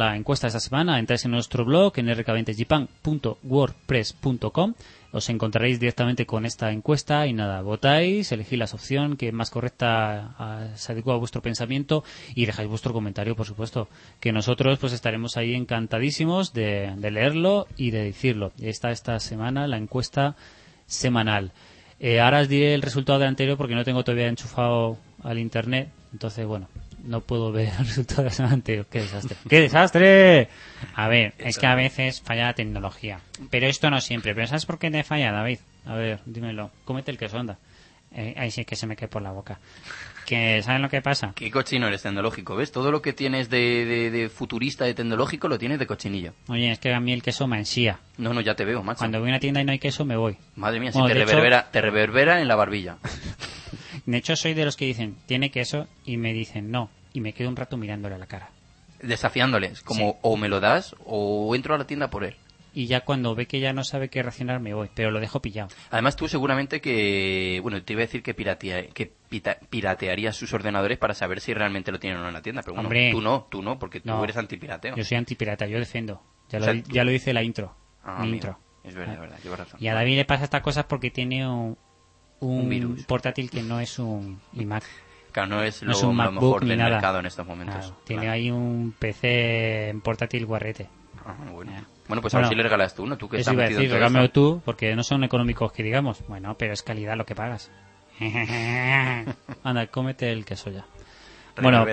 la encuesta de esta semana. Entráis en nuestro blog en rk20japan.wordpress.com. Os encontraréis directamente con esta encuesta y nada, votáis, elegís la opción que más correcta se adecua a vuestro pensamiento y dejáis vuestro comentario, por supuesto, que nosotros pues estaremos ahí encantadísimos de leerlo y de decirlo. Esta semana la encuesta semanal. Ahora os diré el resultado del anterior porque no tengo todavía enchufado al internet, entonces bueno, no puedo ver el resultado del anterior. ¡Qué desastre! ¡Qué desastre! A ver, es que a veces falla la tecnología, pero esto no siempre. ¿Pero sabes por qué te falla, David? A ver, dímelo. Cómete el queso, anda. Ahí sí que se me cae por la boca. Que ¿saben lo que pasa? Qué cochino eres tecnológico, ¿ves? Todo lo que tienes de futurista, de tecnológico, lo tienes de cochinillo. Oye, es que a mí el queso me ansía. No, ya te veo, macho. Cuando voy a una tienda y no hay queso, me voy. Madre mía, bueno, si te reverbera en la barbilla. De hecho, soy de los que dicen, ¿tiene queso? Y me dicen, no. Y me quedo un rato mirándole a la cara. Desafiándoles, como sí. O me lo das o entro a la tienda por él. Y ya cuando ve que ya no sabe qué reaccionar me voy, pero lo dejo pillado. Además tú seguramente que, bueno, te iba a decir que piratearías sus ordenadores para saber si realmente lo tienen o no en la tienda, pero bueno, hombre, tú no, porque tú eres antipirateo. Yo soy antipirata, yo defiendo. Ya lo dice la intro. Intro. Es verdad, llevo razón. Y a David le pasa estas cosas porque tiene un virus. Portátil que no es un iMac. Claro, no es lo mejor del mercado en estos momentos. Claro, tiene ahí un PC en portátil guarrete. Bueno, pues a ver si le regalas tú, ¿no? Tú que eso iba a decir, regálmelo tú, porque no son económicos que digamos. Bueno, pero es calidad lo que pagas. Anda, cómete el queso ya. Bueno,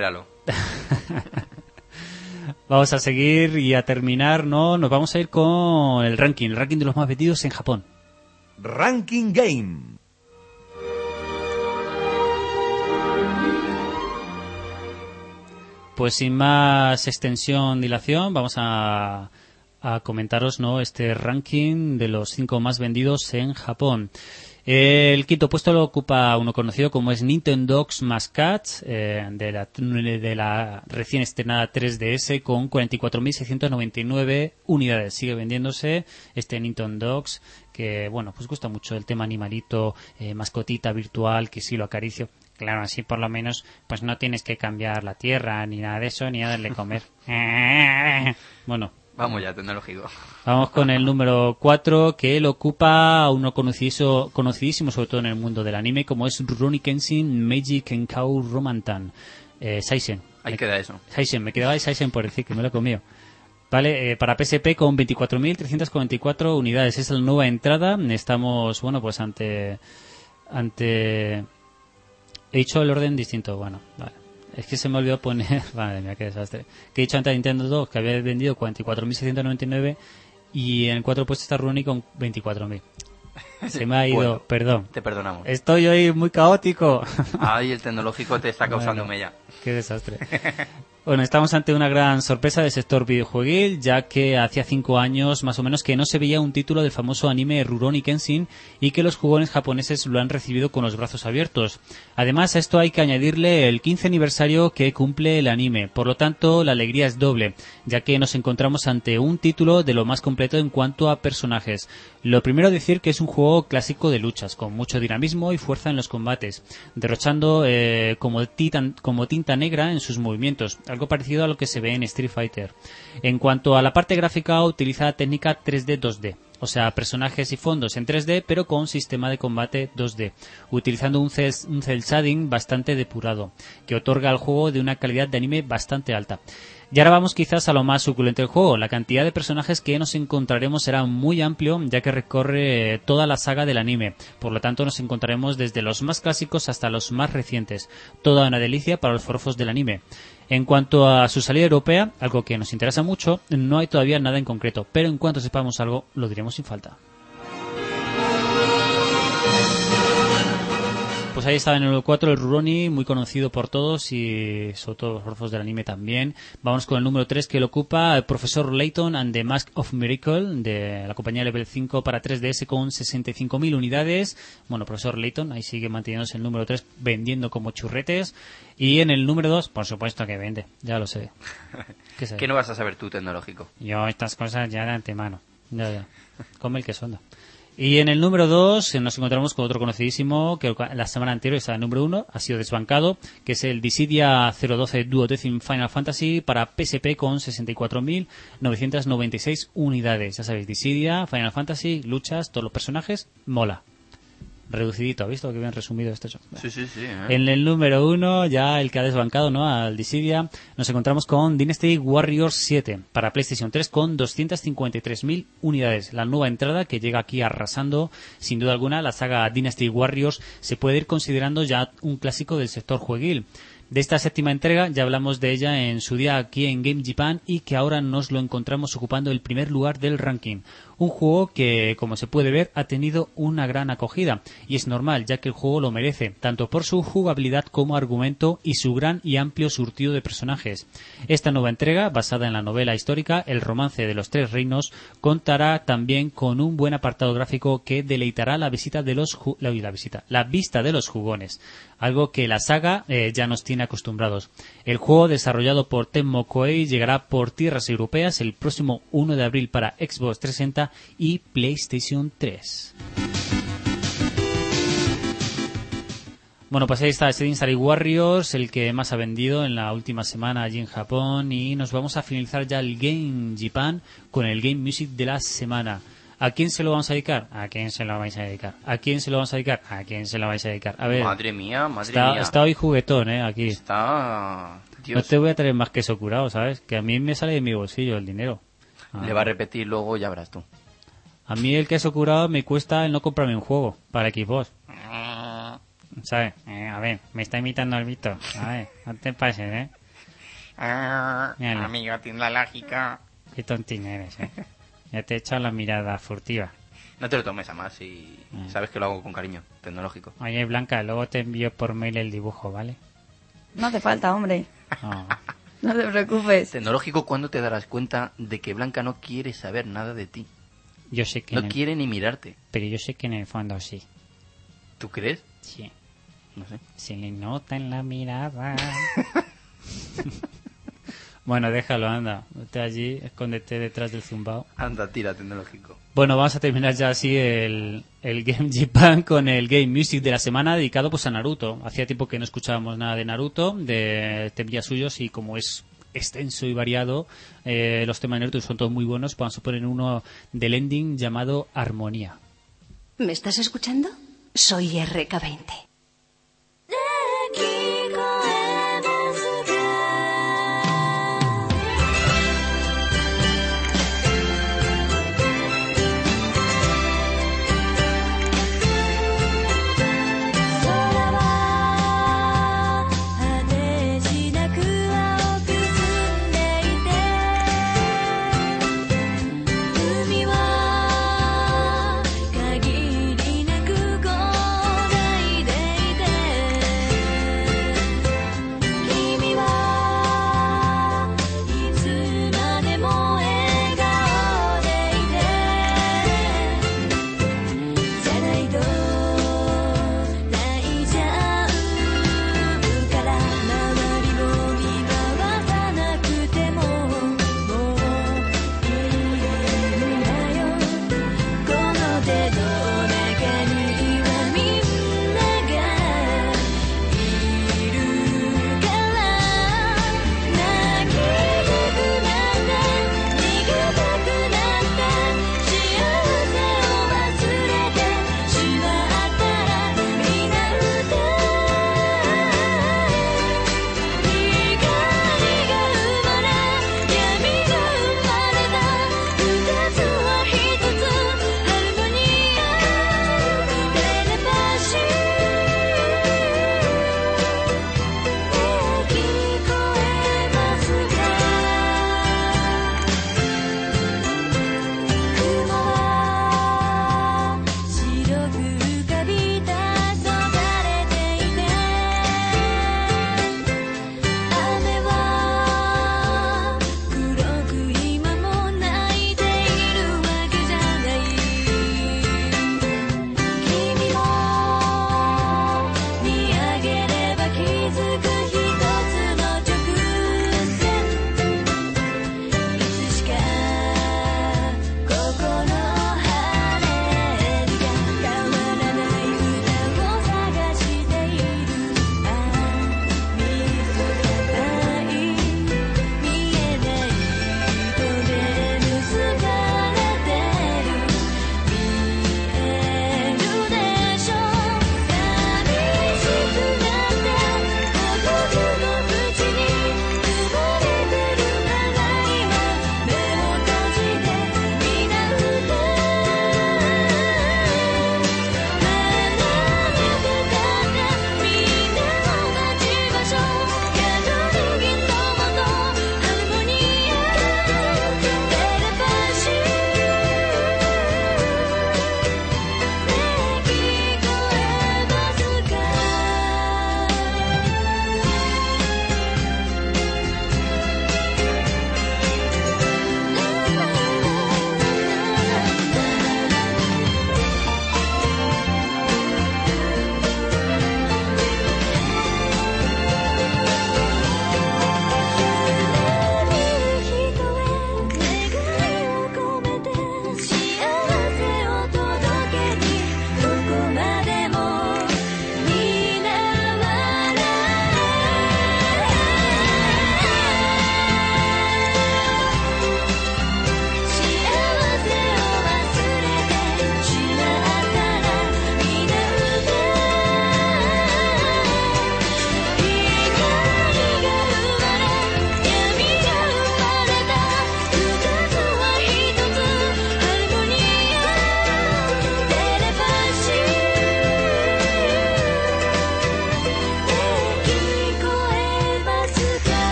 vamos a seguir y a terminar, ¿no? Nos vamos a ir con el ranking de los más vendidos en Japón. Ranking Game. Pues sin más extensión, dilación, vamos a comentaros, ¿no?, este ranking de los 5 más vendidos en Japón. El quinto puesto lo ocupa uno conocido como es Nintendogs Mascats, de la recién estrenada 3DS con 44.699 unidades. Sigue vendiéndose este Nintendogs, que bueno, pues gusta mucho el tema animalito, mascotita virtual, que sí lo acaricio. Claro, así por lo menos pues no tienes que cambiar la tierra, ni nada de eso, ni darle comer. Bueno. Vamos ya, tecnológico. Vamos con el número 4, que lo ocupa uno conocidísimo sobre todo en el mundo del anime, como es Rurouni Kenshin Meiji Kenkau Romantan. Saisen. Ahí queda eso. Saisen, me quedaba Saisen por decir que me lo he comido. Vale, para PSP con 24.344 unidades. Es la nueva entrada. Estamos, bueno, pues ante... He dicho el orden distinto, bueno, vale. Es que se me olvidó poner... Madre mía, qué desastre. Que he dicho antes a Nintendo 2 que había vendido 44.699 y en el 4 puesto está Rurouni con 24.000. Se me ha ido, bueno, perdón. Te perdonamos. Estoy hoy muy caótico. Ay, el tecnológico te está causando mella. Qué desastre. Bueno, estamos ante una gran sorpresa del sector videojueguil, ya que hacía 5 años más o menos que no se veía un título del famoso anime Rurouni Kenshin y que los jugones japoneses lo han recibido con los brazos abiertos. Además, a esto hay que añadirle el 15 aniversario que cumple el anime. Por lo tanto, la alegría es doble, ya que nos encontramos ante un título de lo más completo en cuanto a personajes. Lo primero decir que es un juego clásico de luchas, con mucho dinamismo y fuerza en los combates, derrochando como tinta negra en sus movimientos, algo parecido a lo que se ve en Street Fighter. En cuanto a la parte gráfica, utiliza técnica 3D-2D, o sea, personajes y fondos en 3D, pero con sistema de combate 2D, utilizando un cel shading bastante depurado, que otorga al juego de una calidad de anime bastante alta. Y ahora vamos quizás a lo más suculento del juego. La cantidad de personajes que nos encontraremos será muy amplio, ya que recorre toda la saga del anime. Por lo tanto, nos encontraremos desde los más clásicos hasta los más recientes. Toda una delicia para los forofos del anime. En cuanto a su salida europea, algo que nos interesa mucho, no hay todavía nada en concreto, pero en cuanto sepamos algo, lo diremos sin falta. Pues ahí estaba en el 4 el Rurouni, muy conocido por todos y sobre todo los forofos del anime también. Vamos con el número 3 que lo ocupa el Profesor Layton and the Mask of Miracle de la compañía Level 5 para 3DS con 65.000 unidades. Bueno, Profesor Layton ahí sigue manteniéndose el número 3 vendiendo como churretes. Y en el número 2, por supuesto que vende, ya lo sé. ¿Qué no vas a saber tú, tecnológico? Yo estas cosas ya de antemano. Ya. Come el queso, anda. Y en el número 2 nos encontramos con otro conocidísimo que la semana anterior estaba en el número 1, ha sido desbancado, que es el Dissidia 012 Duodecim Final Fantasy para PSP con 64.996 unidades. Ya sabéis, Dissidia, Final Fantasy, luchas, todos los personajes, mola. Reducidito, ¿has visto? Que bien resumido este hecho. Sí. En el número 1, ya el que ha desbancado, ¿no?, al Dissidia, nos encontramos con Dynasty Warriors 7 para PlayStation 3 con 253.000 unidades. La nueva entrada que llega aquí arrasando, sin duda alguna. La saga Dynasty Warriors se puede ir considerando ya un clásico del sector jueguil. De esta 7ª entrega ya hablamos de ella en su día aquí en Game Japan y que ahora nos lo encontramos ocupando el primer lugar del ranking. Un juego que, como se puede ver, ha tenido una gran acogida y es normal, ya que el juego lo merece, tanto por su jugabilidad como argumento y su gran y amplio surtido de personajes. Esta nueva entrega, basada en la novela histórica El romance de los tres reinos, contará también con un buen apartado gráfico que deleitará la vista de los jugones, algo que la saga ya nos tiene acostumbrados. El juego, desarrollado por Tecmo Koei, llegará por tierras europeas el próximo 1 de abril para Xbox 360 y PlayStation 3. Bueno, pues ahí está este Dynasty Warriors, el que más ha vendido en la última semana allí en Japón, y nos vamos a finalizar ya el Game Japan con el Game Music de la semana. ¿A quién se lo vamos a dedicar? ¿A quién se lo vais a dedicar? ¿A quién se lo vamos a dedicar? ¿A quién se lo vais a dedicar? A ver. Madre mía. Está hoy juguetón, aquí. Está... Dios. No te voy a traer más queso curado, ¿sabes? Que a mí me sale de mi bolsillo el dinero. Le va a repetir luego, ya verás tú. A mí el queso curado me cuesta el no comprarme un juego para Xbox. ¿Sabes? A ver, me está imitando al Vito. A ver, no te pases, Amigo, tiene la lógica. Qué tontín eres, Ya te he echado la mirada furtiva. No te lo tomes a más y sabes que lo hago con cariño, tecnológico. Oye, Blanca, luego te envío por mail el dibujo, ¿vale? No hace falta, hombre. Oh. No te preocupes. Tecnológico, ¿cuándo te darás cuenta de que Blanca no quiere saber nada de ti? Yo sé que no quiere ni mirarte. Pero yo sé que en el fondo sí. ¿Tú crees? Sí. No sé. Se le nota en la mirada. Bueno, déjalo, anda. Vete allí, escóndete detrás del zumbao. Anda, tira, tecnológico. Bueno, vamos a terminar ya así el Game Japan con el Game Music de la semana dedicado pues a Naruto. Hacía tiempo que no escuchábamos nada de Naruto, de temas suyos, y como es extenso y variado, los temas de Naruto son todos muy buenos. Vamos a poner uno del ending llamado Armonía. ¿Me estás escuchando? Soy RK20.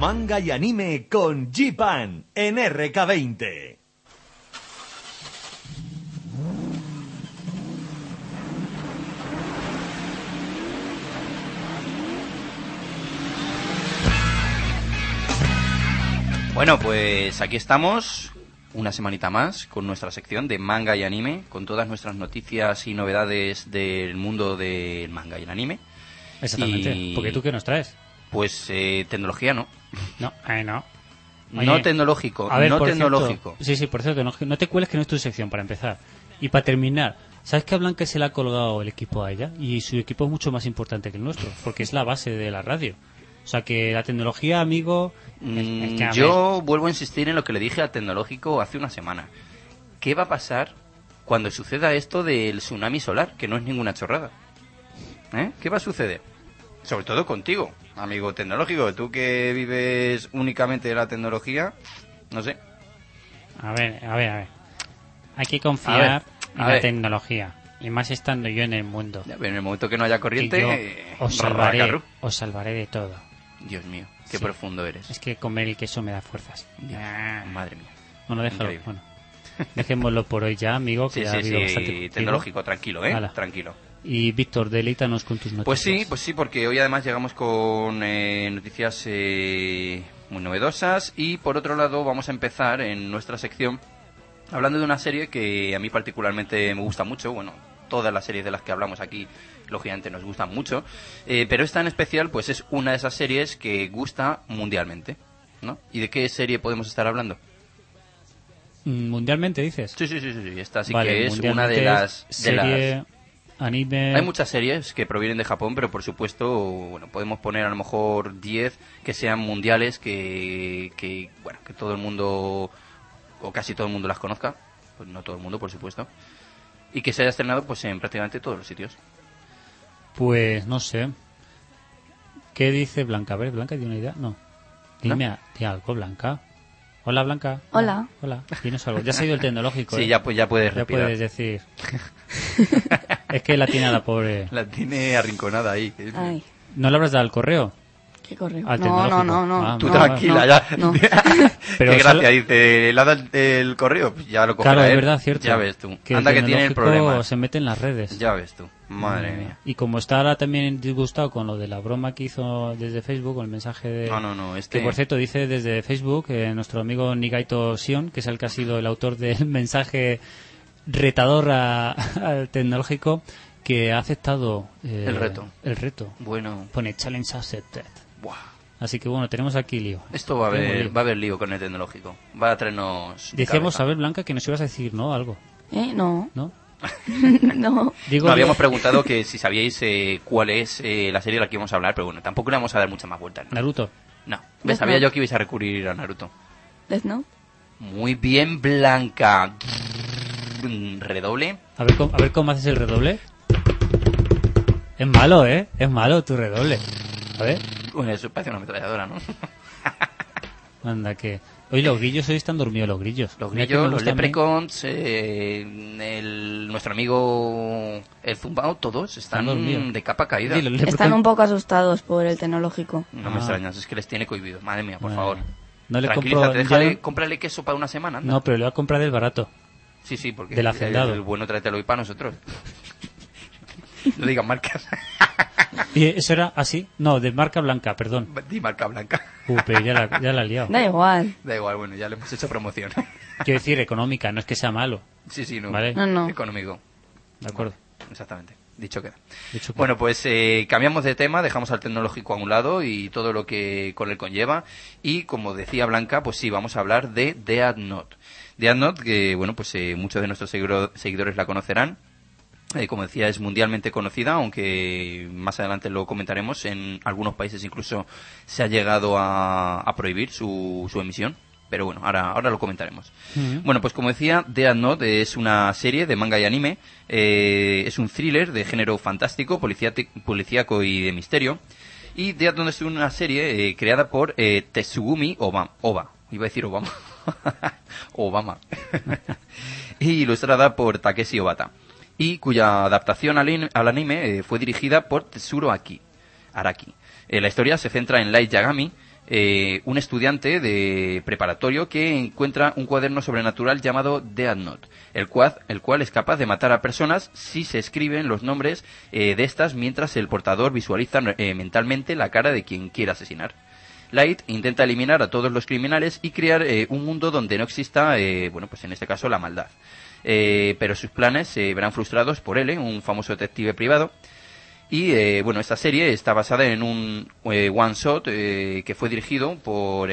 Manga y anime con G-Pan en RK20. Bueno, pues aquí estamos, una semanita más, con nuestra sección de manga y anime, con todas nuestras noticias y novedades del mundo del manga y el anime. Exactamente, porque ¿tú qué nos traes? Pues tecnología no. No, no. Oye, no tecnológico, a ver, no por tecnológico. Cierto, sí, por cierto, no te cueles que no es tu sección, para empezar. Y para terminar, ¿sabes que a Blanca se le ha colgado el equipo a ella? Y su equipo es mucho más importante que el nuestro, porque es la base de la radio. O sea que la tecnología, amigo... Yo vuelvo a insistir en lo que le dije al tecnológico hace una semana. ¿Qué va a pasar cuando suceda esto del tsunami solar? Que no es ninguna chorrada. ¿Qué va a suceder? Sobre todo contigo, amigo tecnológico. Tú que vives únicamente de la tecnología, no sé. A ver. Hay que confiar en la tecnología. Y más estando yo en el mundo. Ya, en el momento que no haya corriente... Os salvaré de todo. Dios mío, qué profundo eres. Es que comer el queso me da fuerzas. Madre mía. Bueno, déjalo. Bueno, dejémoslo por hoy ya, amigo. Que sí, tecnológico, tranquilo, tranquilo. Y Víctor, deleítanos con tus noticias. Pues sí, porque hoy además llegamos con noticias muy novedosas. Y por otro lado vamos a empezar en nuestra sección hablando de una serie que a mí particularmente me gusta mucho. Bueno, todas las series de las que hablamos aquí lógicamente nos gustan mucho, pero esta en especial pues es una de esas series que gusta mundialmente, ¿no? ¿Y de qué serie podemos estar hablando? ¿Mundialmente dices? Sí, esta sí que es una de las... Anime... Hay muchas series que provienen de Japón, pero por supuesto, bueno, podemos poner a lo mejor 10 que sean mundiales, que todo el mundo, o casi todo el mundo las conozca, pues no todo el mundo, por supuesto, y que se haya estrenado pues en prácticamente todos los sitios. Pues no sé. ¿Qué dice Blanca? A ver, ¿Blanca tiene una idea? No. Dime algo, Blanca. Hola, Blanca. Hola. Tienes algo. Ya se ha ido el tecnológico. Sí, ya puedes respirar. Ya puedes decir. Es que la tiene a la pobre. La tiene arrinconada ahí. Ay. ¿No le habrás dado el correo? ¿Qué correo? No. Tú tranquila, ya. No. Pero qué gracia, dice, ¿le ha dado el correo? Pues ya lo cogerá. Claro, es verdad, cierto. Ya ves tú. Que anda que tiene el problema. Se mete en las redes. Ya ves tú. Madre mía. Y como está ahora también disgustado con lo de la broma que hizo desde Facebook, con el mensaje de... No. Que por cierto dice desde Facebook, nuestro amigo Nigaito Sion, que es el que ha sido el autor del mensaje retador al tecnológico, que ha aceptado el reto. Bueno. Pone challenge accepted. Buah. Así que bueno, tenemos aquí lío. Esto va a haber lío con el tecnológico. Va a traernos... Decíamos, a ver, Blanca, que nos ibas a decir, ¿no? Algo. No. ¿No? No. Nos habíamos preguntado que si sabíais cuál es la serie de la que íbamos a hablar, pero bueno, tampoco le vamos a dar mucha más vueltas, ¿no? ¿Naruto? No. Sabía yo que ibais a recurrir a Naruto. ¿Death Note? Muy bien, Blanca. Redoble. A ver cómo haces el redoble. Es malo, ¿eh? Es malo tu redoble. A ver. Bueno, eso parece una ametralladora, ¿no? Anda, que... Hoy los grillos hoy están dormidos, los grillos. Los grillos, los leprechauns, nuestro amigo el Zumbao, todos están de capa caída. Sí, están un poco asustados por el tecnológico. No me extrañas, es que les tiene cohibido. Madre mía, por favor. No le Tranquilízate, cómprale queso para una semana. ¿No? No, pero le voy a comprar el barato. Sí, porque del hacendado. El bueno tráetelo hoy para nosotros. No digan marcas. ¿Y eso era así? No, de marca blanca, perdón. Di marca blanca. Pero ya la he liado. Da igual, bueno, ya le hemos hecho promoción. Quiero decir, económica, no es que sea malo. Sí, no. ¿Vale? No. Económico. De acuerdo. Vale, exactamente. Dicho queda. Bueno, pues cambiamos de tema, dejamos al tecnológico a un lado y todo lo que con él conlleva. Y como decía Blanca, pues sí, vamos a hablar de Death Note. Death Note, que bueno, pues muchos de nuestros seguidores la conocerán. Como decía, es mundialmente conocida, aunque más adelante lo comentaremos. En algunos países incluso se ha llegado a prohibir su emisión. Pero bueno, ahora lo comentaremos. Bueno, pues como decía, Death Note es una serie de manga y anime. Es un thriller de género fantástico, policíaco y de misterio. Y Death Note es una serie creada por Tsugumi Ohba. Iba a decir Obama. Obama. Y ilustrada por Takeshi Obata. Y cuya adaptación al anime fue dirigida por Tetsuro Araki. La historia se centra en Light Yagami, un estudiante de preparatorio que encuentra un cuaderno sobrenatural llamado Death Note, el cual es capaz de matar a personas si se escriben los nombres de estas mientras el portador visualiza mentalmente la cara de quien quiera asesinar. Light intenta eliminar a todos los criminales y crear un mundo donde no exista, pues en este caso, la maldad. Pero sus planes se verán frustrados por L, un famoso detective privado. Y esta serie está basada en un one shot que fue dirigido por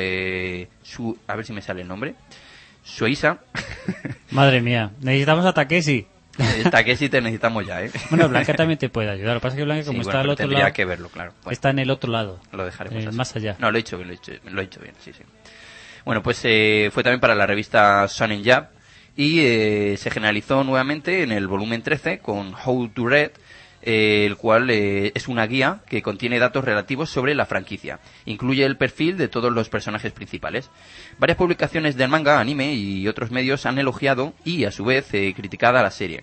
a ver si me sale el nombre, Shueisha. Madre mía, necesitamos a Takeshi. Takeshi te necesitamos ya, ¿eh? Bueno, Blanca también te puede ayudar. Lo que pasa es que Blanca, como está al otro lado, que verlo, claro. Bueno, está en el otro lado. Lo dejaremos así. Más allá. No, lo he hecho bien, sí. Bueno, pues fue también para la revista Shonen Jump y se generalizó nuevamente en el volumen 13 con How to Read, el cual es una guía que contiene datos relativos sobre la franquicia. Incluye el perfil de todos los personajes principales. Varias publicaciones del manga, anime y otros medios han elogiado y, a su vez, criticado a la serie.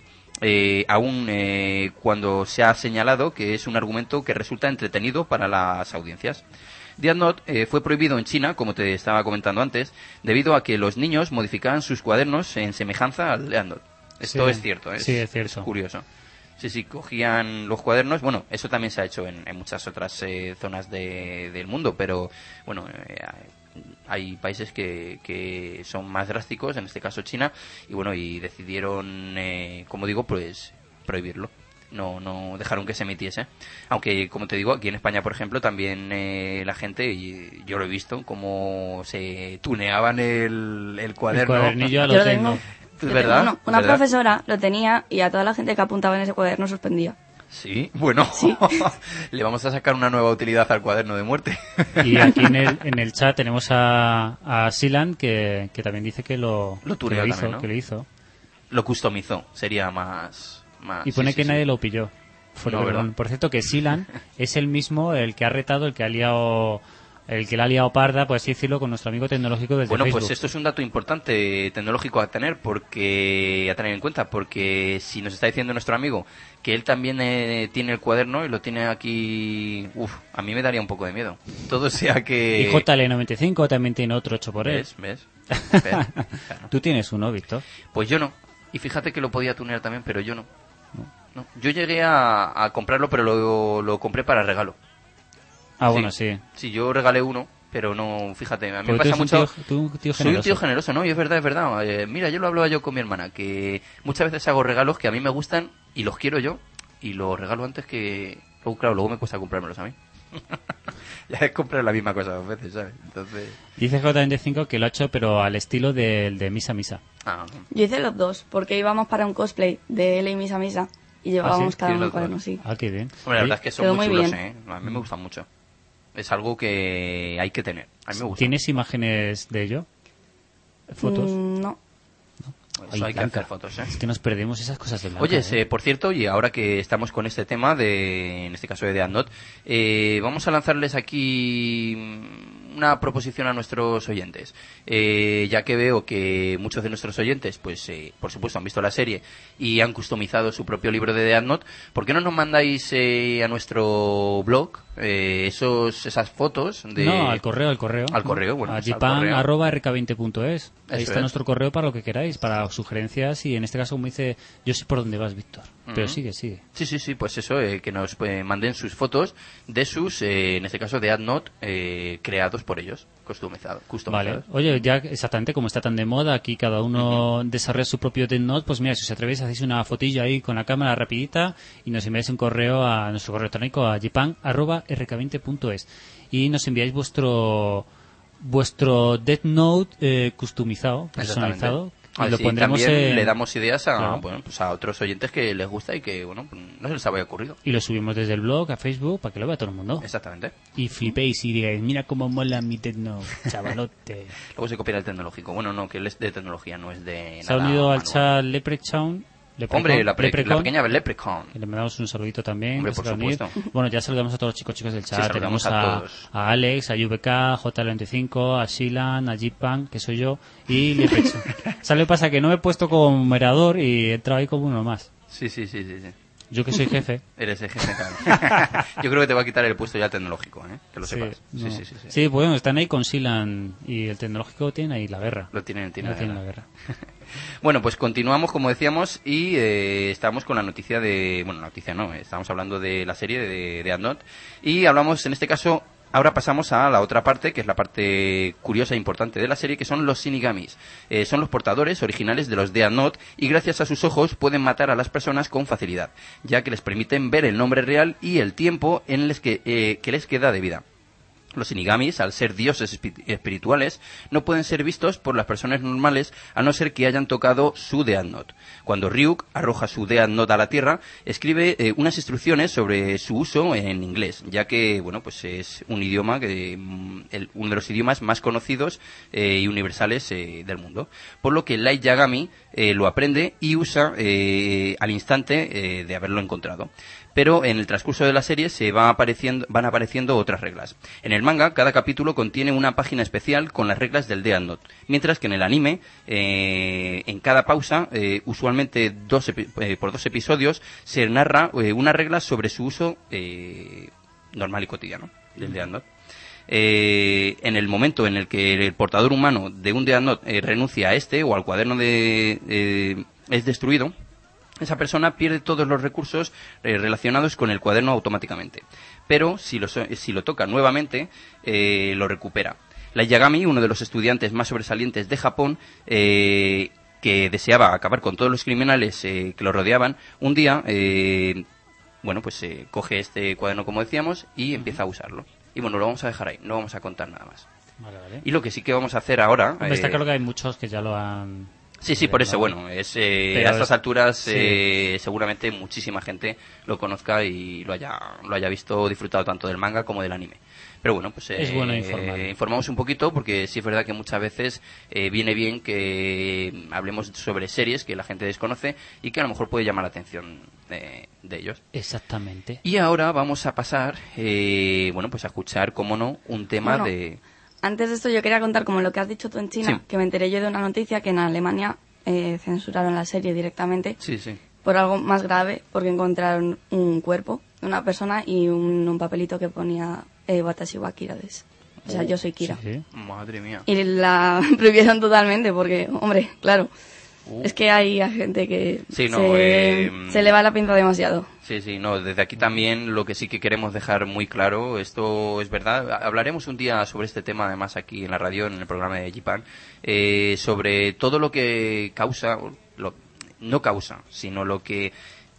Aún cuando se ha señalado que es un argumento que resulta entretenido para las audiencias. Death Note fue prohibido en China, como te estaba comentando antes, debido a que los niños modificaban sus cuadernos en semejanza al Death Note. Esto es cierto, sí, es cierto. Es curioso. Sí, cogían los cuadernos. Bueno, eso también se ha hecho en muchas otras zonas del mundo, pero bueno, hay países que son más drásticos, en este caso China, y decidieron, como digo, pues prohibirlo. No dejaron que se emitiese. Aunque, como te digo, aquí en España, por ejemplo, también la gente, y yo lo he visto, cómo se tuneaban el cuaderno. El cuadernillo lo tengo. ¿Es verdad? Una profesora lo tenía y a toda la gente que apuntaba en ese cuaderno suspendía. Sí, bueno, sí. Le vamos a sacar una nueva utilidad al cuaderno de muerte. Y aquí en el chat tenemos a Silan que también dice que lo hizo, ¿no? Que lo hizo. Lo customizó, sería más y pone que nadie lo pilló. Por cierto, que Silan es el mismo, el que ha retado, el que la ha liado parda, por así decirlo, con nuestro amigo tecnológico desde Facebook. Pues esto es un dato importante tecnológico a tener en cuenta, porque si nos está diciendo nuestro amigo que él también tiene el cuaderno y lo tiene aquí, a mí me daría un poco de miedo. Todo sea que... Y JL95 también tiene otro hecho por él. ¿Ves? Claro. ¿Tú tienes uno, Víctor? Pues yo no. Y fíjate que lo podía tunear también, pero yo no. Yo llegué a comprarlo, pero lo compré para regalo. Bueno, sí. Sí, yo regalé uno, pero no, fíjate, a mí me pasa mucho... Soy un tío generoso, ¿no? Y es verdad. Mira, yo lo hablaba yo con mi hermana, que muchas veces hago regalos que a mí me gustan y los quiero yo, y los regalo antes que... Luego me cuesta comprármelos a mí. Ya es comprar la misma cosa dos veces, ¿sabes? Entonces... Dice J25 que lo ha hecho, pero al estilo del de Misa Misa. Yo hice los dos, porque íbamos para un cosplay de L y Misa Misa, y llevábamos cada uno un cuaderno, sí. Qué bien. Hombre, la verdad es que son muy chulos, ¿eh? A mí me gustan mucho. Es algo que hay que tener. A mí me gusta. ¿Tienes imágenes de ello? ¿Fotos? No. Eso hay que hacer fotos, ¿eh? Es que nos perdemos esas cosas de Blanca. Oye, por cierto, y ahora que estamos con este tema, en este caso de Death Note, vamos a lanzarles aquí una proposición a nuestros oyentes. Ya que veo que muchos de nuestros oyentes, pues, por supuesto, han visto la serie y han customizado su propio libro de Death Note, ¿por qué no nos mandáis a nuestro blog esas fotos? No, al correo. Al correo, bueno. A jipan@rk20.es. Ahí está nuestro correo para lo que queráis, para sugerencias, y en este caso, como dice, yo sé por dónde vas, Víctor. Pero sigue. Sí, pues eso, que nos manden sus fotos de sus, en este caso, Death Note, creados por ellos, customizados. Vale. Oye, ya exactamente como está tan de moda, aquí cada uno desarrolla su propio Death Note, pues mira, si os atrevéis, hacéis una fotilla ahí con la cámara rapidita y nos enviáis un correo a nuestro correo electrónico a jipan@rk20.es y nos enviáis vuestro Death Note customizado, personalizado. Y lo pondremos también le damos ideas a otros oyentes que les gusta y que, no se les había ocurrido. Y lo subimos desde el blog a Facebook para que lo vea todo el mundo. Exactamente. Y flipéis y digáis, mira cómo mola mi Death Note, chavalote. Luego se copia el tecnológico. Bueno, no, que él es de tecnología, no es de Se ha unido al chat Leprechaun. Hombre, la pequeña Leprechaun. Le mandamos un saludito también. Hombre, por supuesto. Bueno, ya saludamos a todos los chicos del chat. Sí, tenemos a Alex, a UBK, JL25, a Shilan, a Jipan, que soy yo, y Leprechaun. ¿Sabes lo que pasa? Que no me he puesto como moderador y he entrado ahí como uno más. Sí. Yo que soy jefe. Eres el jefe, claro. Yo creo que te va a quitar el puesto ya tecnológico, que lo sepas. No. Sí. Sí, bueno, están ahí con Silan y el tecnológico tiene ahí la guerra. Lo tienen la guerra. Bueno, pues continuamos, como decíamos, y estamos con la noticia de... Bueno, noticia no, estamos hablando de la serie de Death Note, y hablamos, en este caso... Ahora pasamos a la otra parte, que es la parte curiosa e importante de la serie, que son los Shinigamis. Son los portadores originales de los Death Note y gracias a sus ojos pueden matar a las personas con facilidad, ya que les permiten ver el nombre real y el tiempo en les que les queda de vida. Los Shinigamis, al ser dioses espirituales, no pueden ser vistos por las personas normales a no ser que hayan tocado su Death Note. Cuando Ryuk arroja su Death Note a la tierra, escribe unas instrucciones sobre su uso en inglés, ya que bueno, pues es un idioma uno de los idiomas más conocidos y universales del mundo. Por lo que Light Yagami lo aprende y usa al instante de haberlo encontrado. Pero en el transcurso de la serie van apareciendo otras reglas. En el manga, cada capítulo contiene una página especial con las reglas del Death Note, mientras que en el anime, en cada pausa, usualmente por 2 episodios, se narra una regla sobre su uso normal y cotidiano del Death Note. En el momento en el que el portador humano de un Death Note renuncia a o al cuaderno es destruido, esa persona pierde todos los recursos relacionados con el cuaderno automáticamente. Pero si lo toca nuevamente, lo recupera. Light Yagami, uno de los estudiantes más sobresalientes de Japón, que deseaba acabar con todos los criminales que lo rodeaban, un día, coge este cuaderno, como decíamos, y empieza a usarlo. Y bueno, lo vamos a dejar ahí, no vamos a contar nada más. Vale. Y lo que sí que vamos a hacer ahora... Está claro que hay muchos que ya lo han... Sí, por eso, bueno, a estas alturas seguramente muchísima gente lo conozca y lo haya visto, disfrutado tanto del manga como del anime. Pero bueno, pues es bueno informamos un poquito, porque sí es verdad que muchas veces viene bien que hablemos sobre series que la gente desconoce y que a lo mejor puede llamar la atención de ellos. Exactamente. Y ahora vamos a pasar, a escuchar, cómo no, un tema de... Antes de esto yo quería contar, como lo que has dicho tú en China, que me enteré yo de una noticia que en Alemania censuraron la serie directamente por algo más grave, porque encontraron un cuerpo de una persona y un papelito que ponía Watashi wa Kira desu. O sea, yo soy Kira. Sí. Madre mía. Y la prohibieron totalmente porque, hombre, claro, es que hay gente que se le va la pinza demasiado. Sí, desde aquí también lo que sí que queremos dejar muy claro, esto es verdad, hablaremos un día sobre este tema además aquí en la radio, en el programa de Japan, sobre todo lo que causa, no causa, sino lo que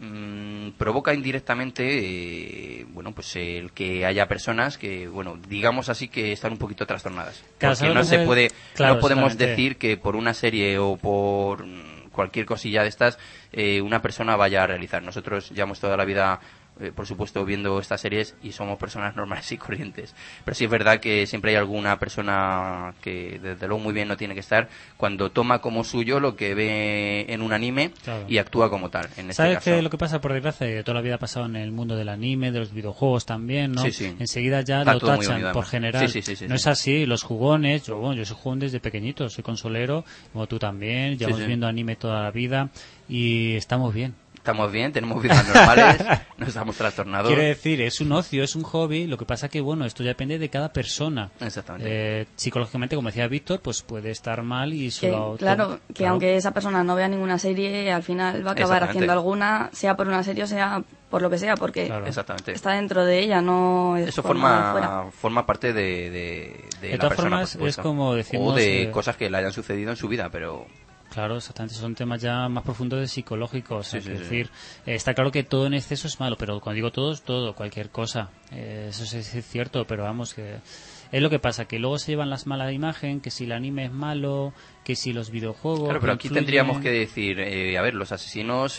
provoca indirectamente el que haya personas que, digamos así, que están un poquito trastornadas. Porque no se puede, no podemos decir que por una serie o por cualquier cosilla de estas una persona vaya a realizar. Nosotros llevamos toda la vida por supuesto viendo estas series y somos personas normales y corrientes, pero sí es verdad que siempre hay alguna persona que desde luego muy bien no tiene que estar cuando toma como suyo lo que ve en un anime y actúa como tal. En este ¿Sabes caso, que lo que pasa, por desgracia, toda la vida ha pasado en el mundo del anime, de los videojuegos también, ¿no? Sí. Enseguida ya está lo todo muy tachan unido, por general. No es así, los jugones, yo soy jugón desde pequeñito, soy consolero, como tú también, llevamos viendo anime toda la vida y estamos bien. Estamos bien, tenemos vidas normales, no estamos trastornados. Quiero decir, es un ocio, es un hobby, lo que pasa que, esto ya depende de cada persona. Exactamente. Psicológicamente, como decía Víctor, pues puede estar mal y solo... Claro, aunque esa persona no vea ninguna serie, al final va a acabar haciendo alguna, sea por una serie o sea por lo que sea, porque está dentro de ella, no es... Eso forma parte de la todas persona, formas, es como decimos... O de cosas que le hayan sucedido en su vida, pero... Claro, exactamente, son temas ya más profundos de psicológicos. Es decir, está claro que todo en exceso es malo, pero cuando digo todo, cualquier cosa. Eso es cierto, pero vamos, que es lo que pasa, que luego se llevan las malas imagen, que si el anime es malo, que si los videojuegos... Claro, pero aquí tendríamos que decir, los asesinos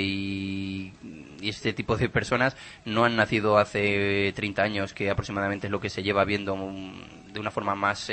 y este tipo de personas no han nacido hace 30 años, que aproximadamente es lo que se lleva viendo de una forma más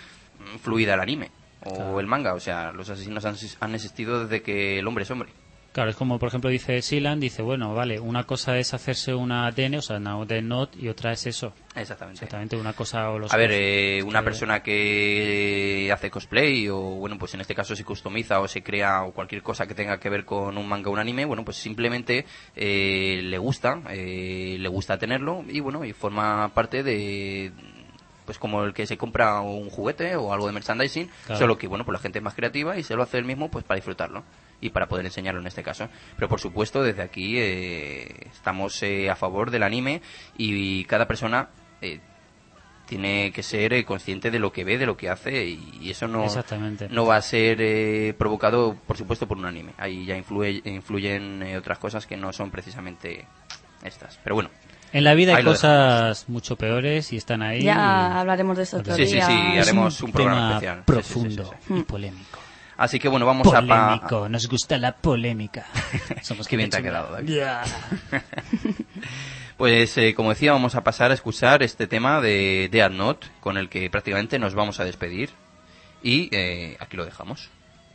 fluida el anime. O el manga, o sea, los asesinos han existido desde que el hombre es hombre. Claro, es como, por ejemplo, dice Sealand, dice, bueno, vale, una cosa es hacerse una DN, o sea, una Death Note, y otra es eso. Exactamente, una cosa o los A ver, una persona que hace cosplay, o bueno, pues en este caso se customiza o se crea o cualquier cosa que tenga que ver con un manga o un anime, bueno, pues simplemente le gusta tenerlo, y bueno, y forma parte de... pues como el que se compra un juguete o algo de merchandising, claro. Solo que, bueno, pues la gente es más creativa y se lo hace él mismo pues para disfrutarlo y para poder enseñarlo en este caso. Pero por supuesto, desde aquí estamos a favor del anime, y cada persona tiene que ser consciente de lo que ve, de lo que hace, y eso no va a ser provocado, por supuesto, por un anime. Ahí ya influyen otras cosas que no son precisamente estas. Pero bueno. En la vida hay cosas mucho peores y están ahí. Ya hablaremos de eso otro día. Sí, haremos un programa especial. Profundo y polémico. Así que bueno, vamos polémico, nos gusta la polémica. Somos Qué bien te ha quedado, David. Yeah. Pues como decía, vamos a pasar a escuchar este tema de Death Note, con el que prácticamente nos vamos a despedir. Y aquí lo dejamos.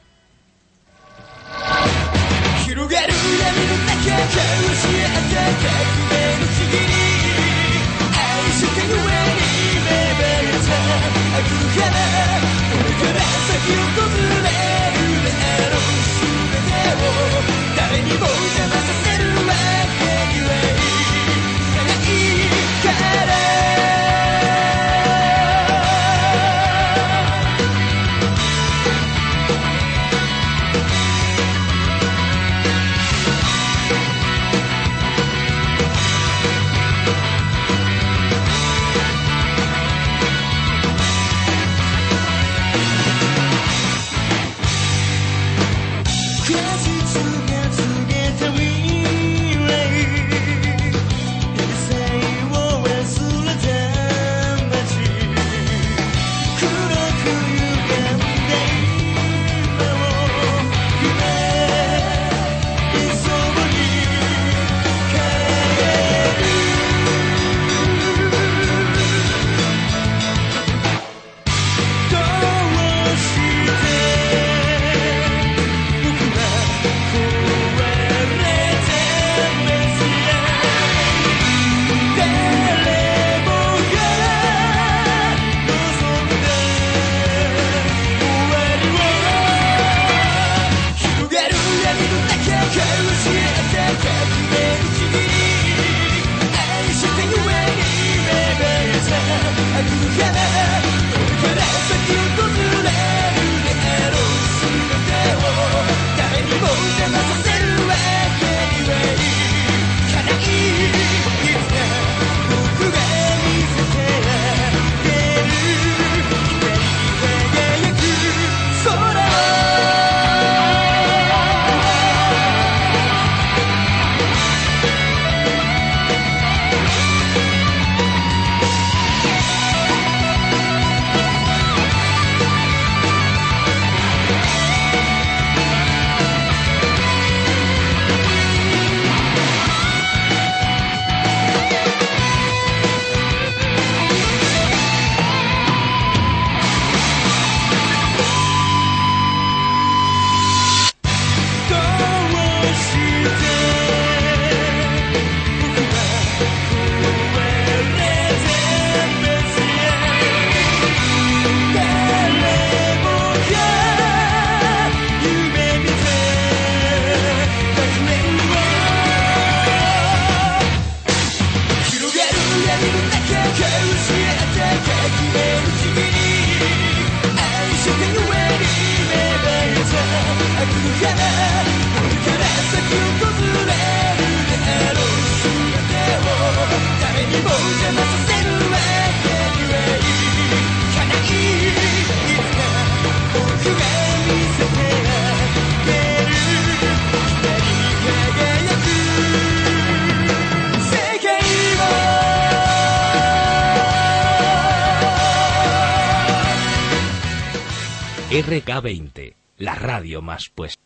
RK20, la radio más puesta.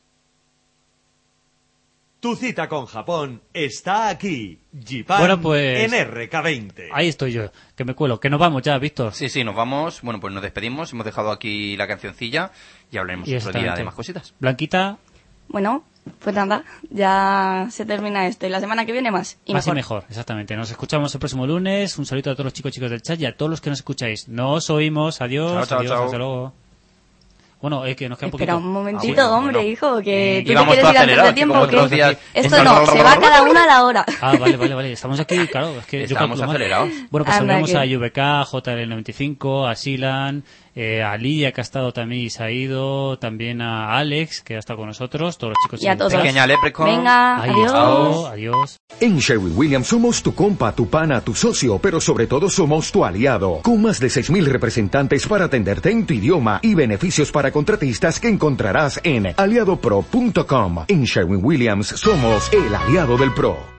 Tu cita con Japón está aquí. Jipan bueno, pues, en RK20. Ahí estoy yo, que me cuelo. Que nos vamos ya, Víctor. Sí, nos vamos. Bueno, pues nos despedimos. Hemos dejado aquí la cancioncilla y hablaremos otro día de más cositas. Blanquita. Bueno, pues nada, ya se termina esto. Y la semana que viene más. Y más mejor. y mejor, exactamente. Nos escuchamos el próximo lunes. Un saludo a todos los chicos del chat y a todos los que nos escucháis. Nos oímos. Adiós. Chao, adiós. chao. Hasta luego. Bueno, que nos queda un poquito. Espera un momentito, hombre, hijo, que tú te íbamos quieres ir todos antes de tiempo. acelerados, ¿Qué? como otros días. Esto no, se va cada una a la hora. Ah, vale. Estamos aquí, claro. Es que Estamos yo calculo mal. acelerados. Bueno, pues Anda, saludamos que- a UVK, JL95, a Silan, a Lidia, que ha estado también y se ha ido, también a Alex, que ha estado con nosotros, todos los chicos Y a del todos. chat. Pequeña Leprechaun. Venga, Ahí adiós. estamos, adiós. En Sherwin-Williams somos tu compa, tu pana, tu socio, pero sobre todo somos tu aliado. Con más de 6,000 representantes para atenderte en tu idioma y beneficios para contratistas que encontrarás en aliadopro.com. En Sherwin-Williams somos el aliado del pro.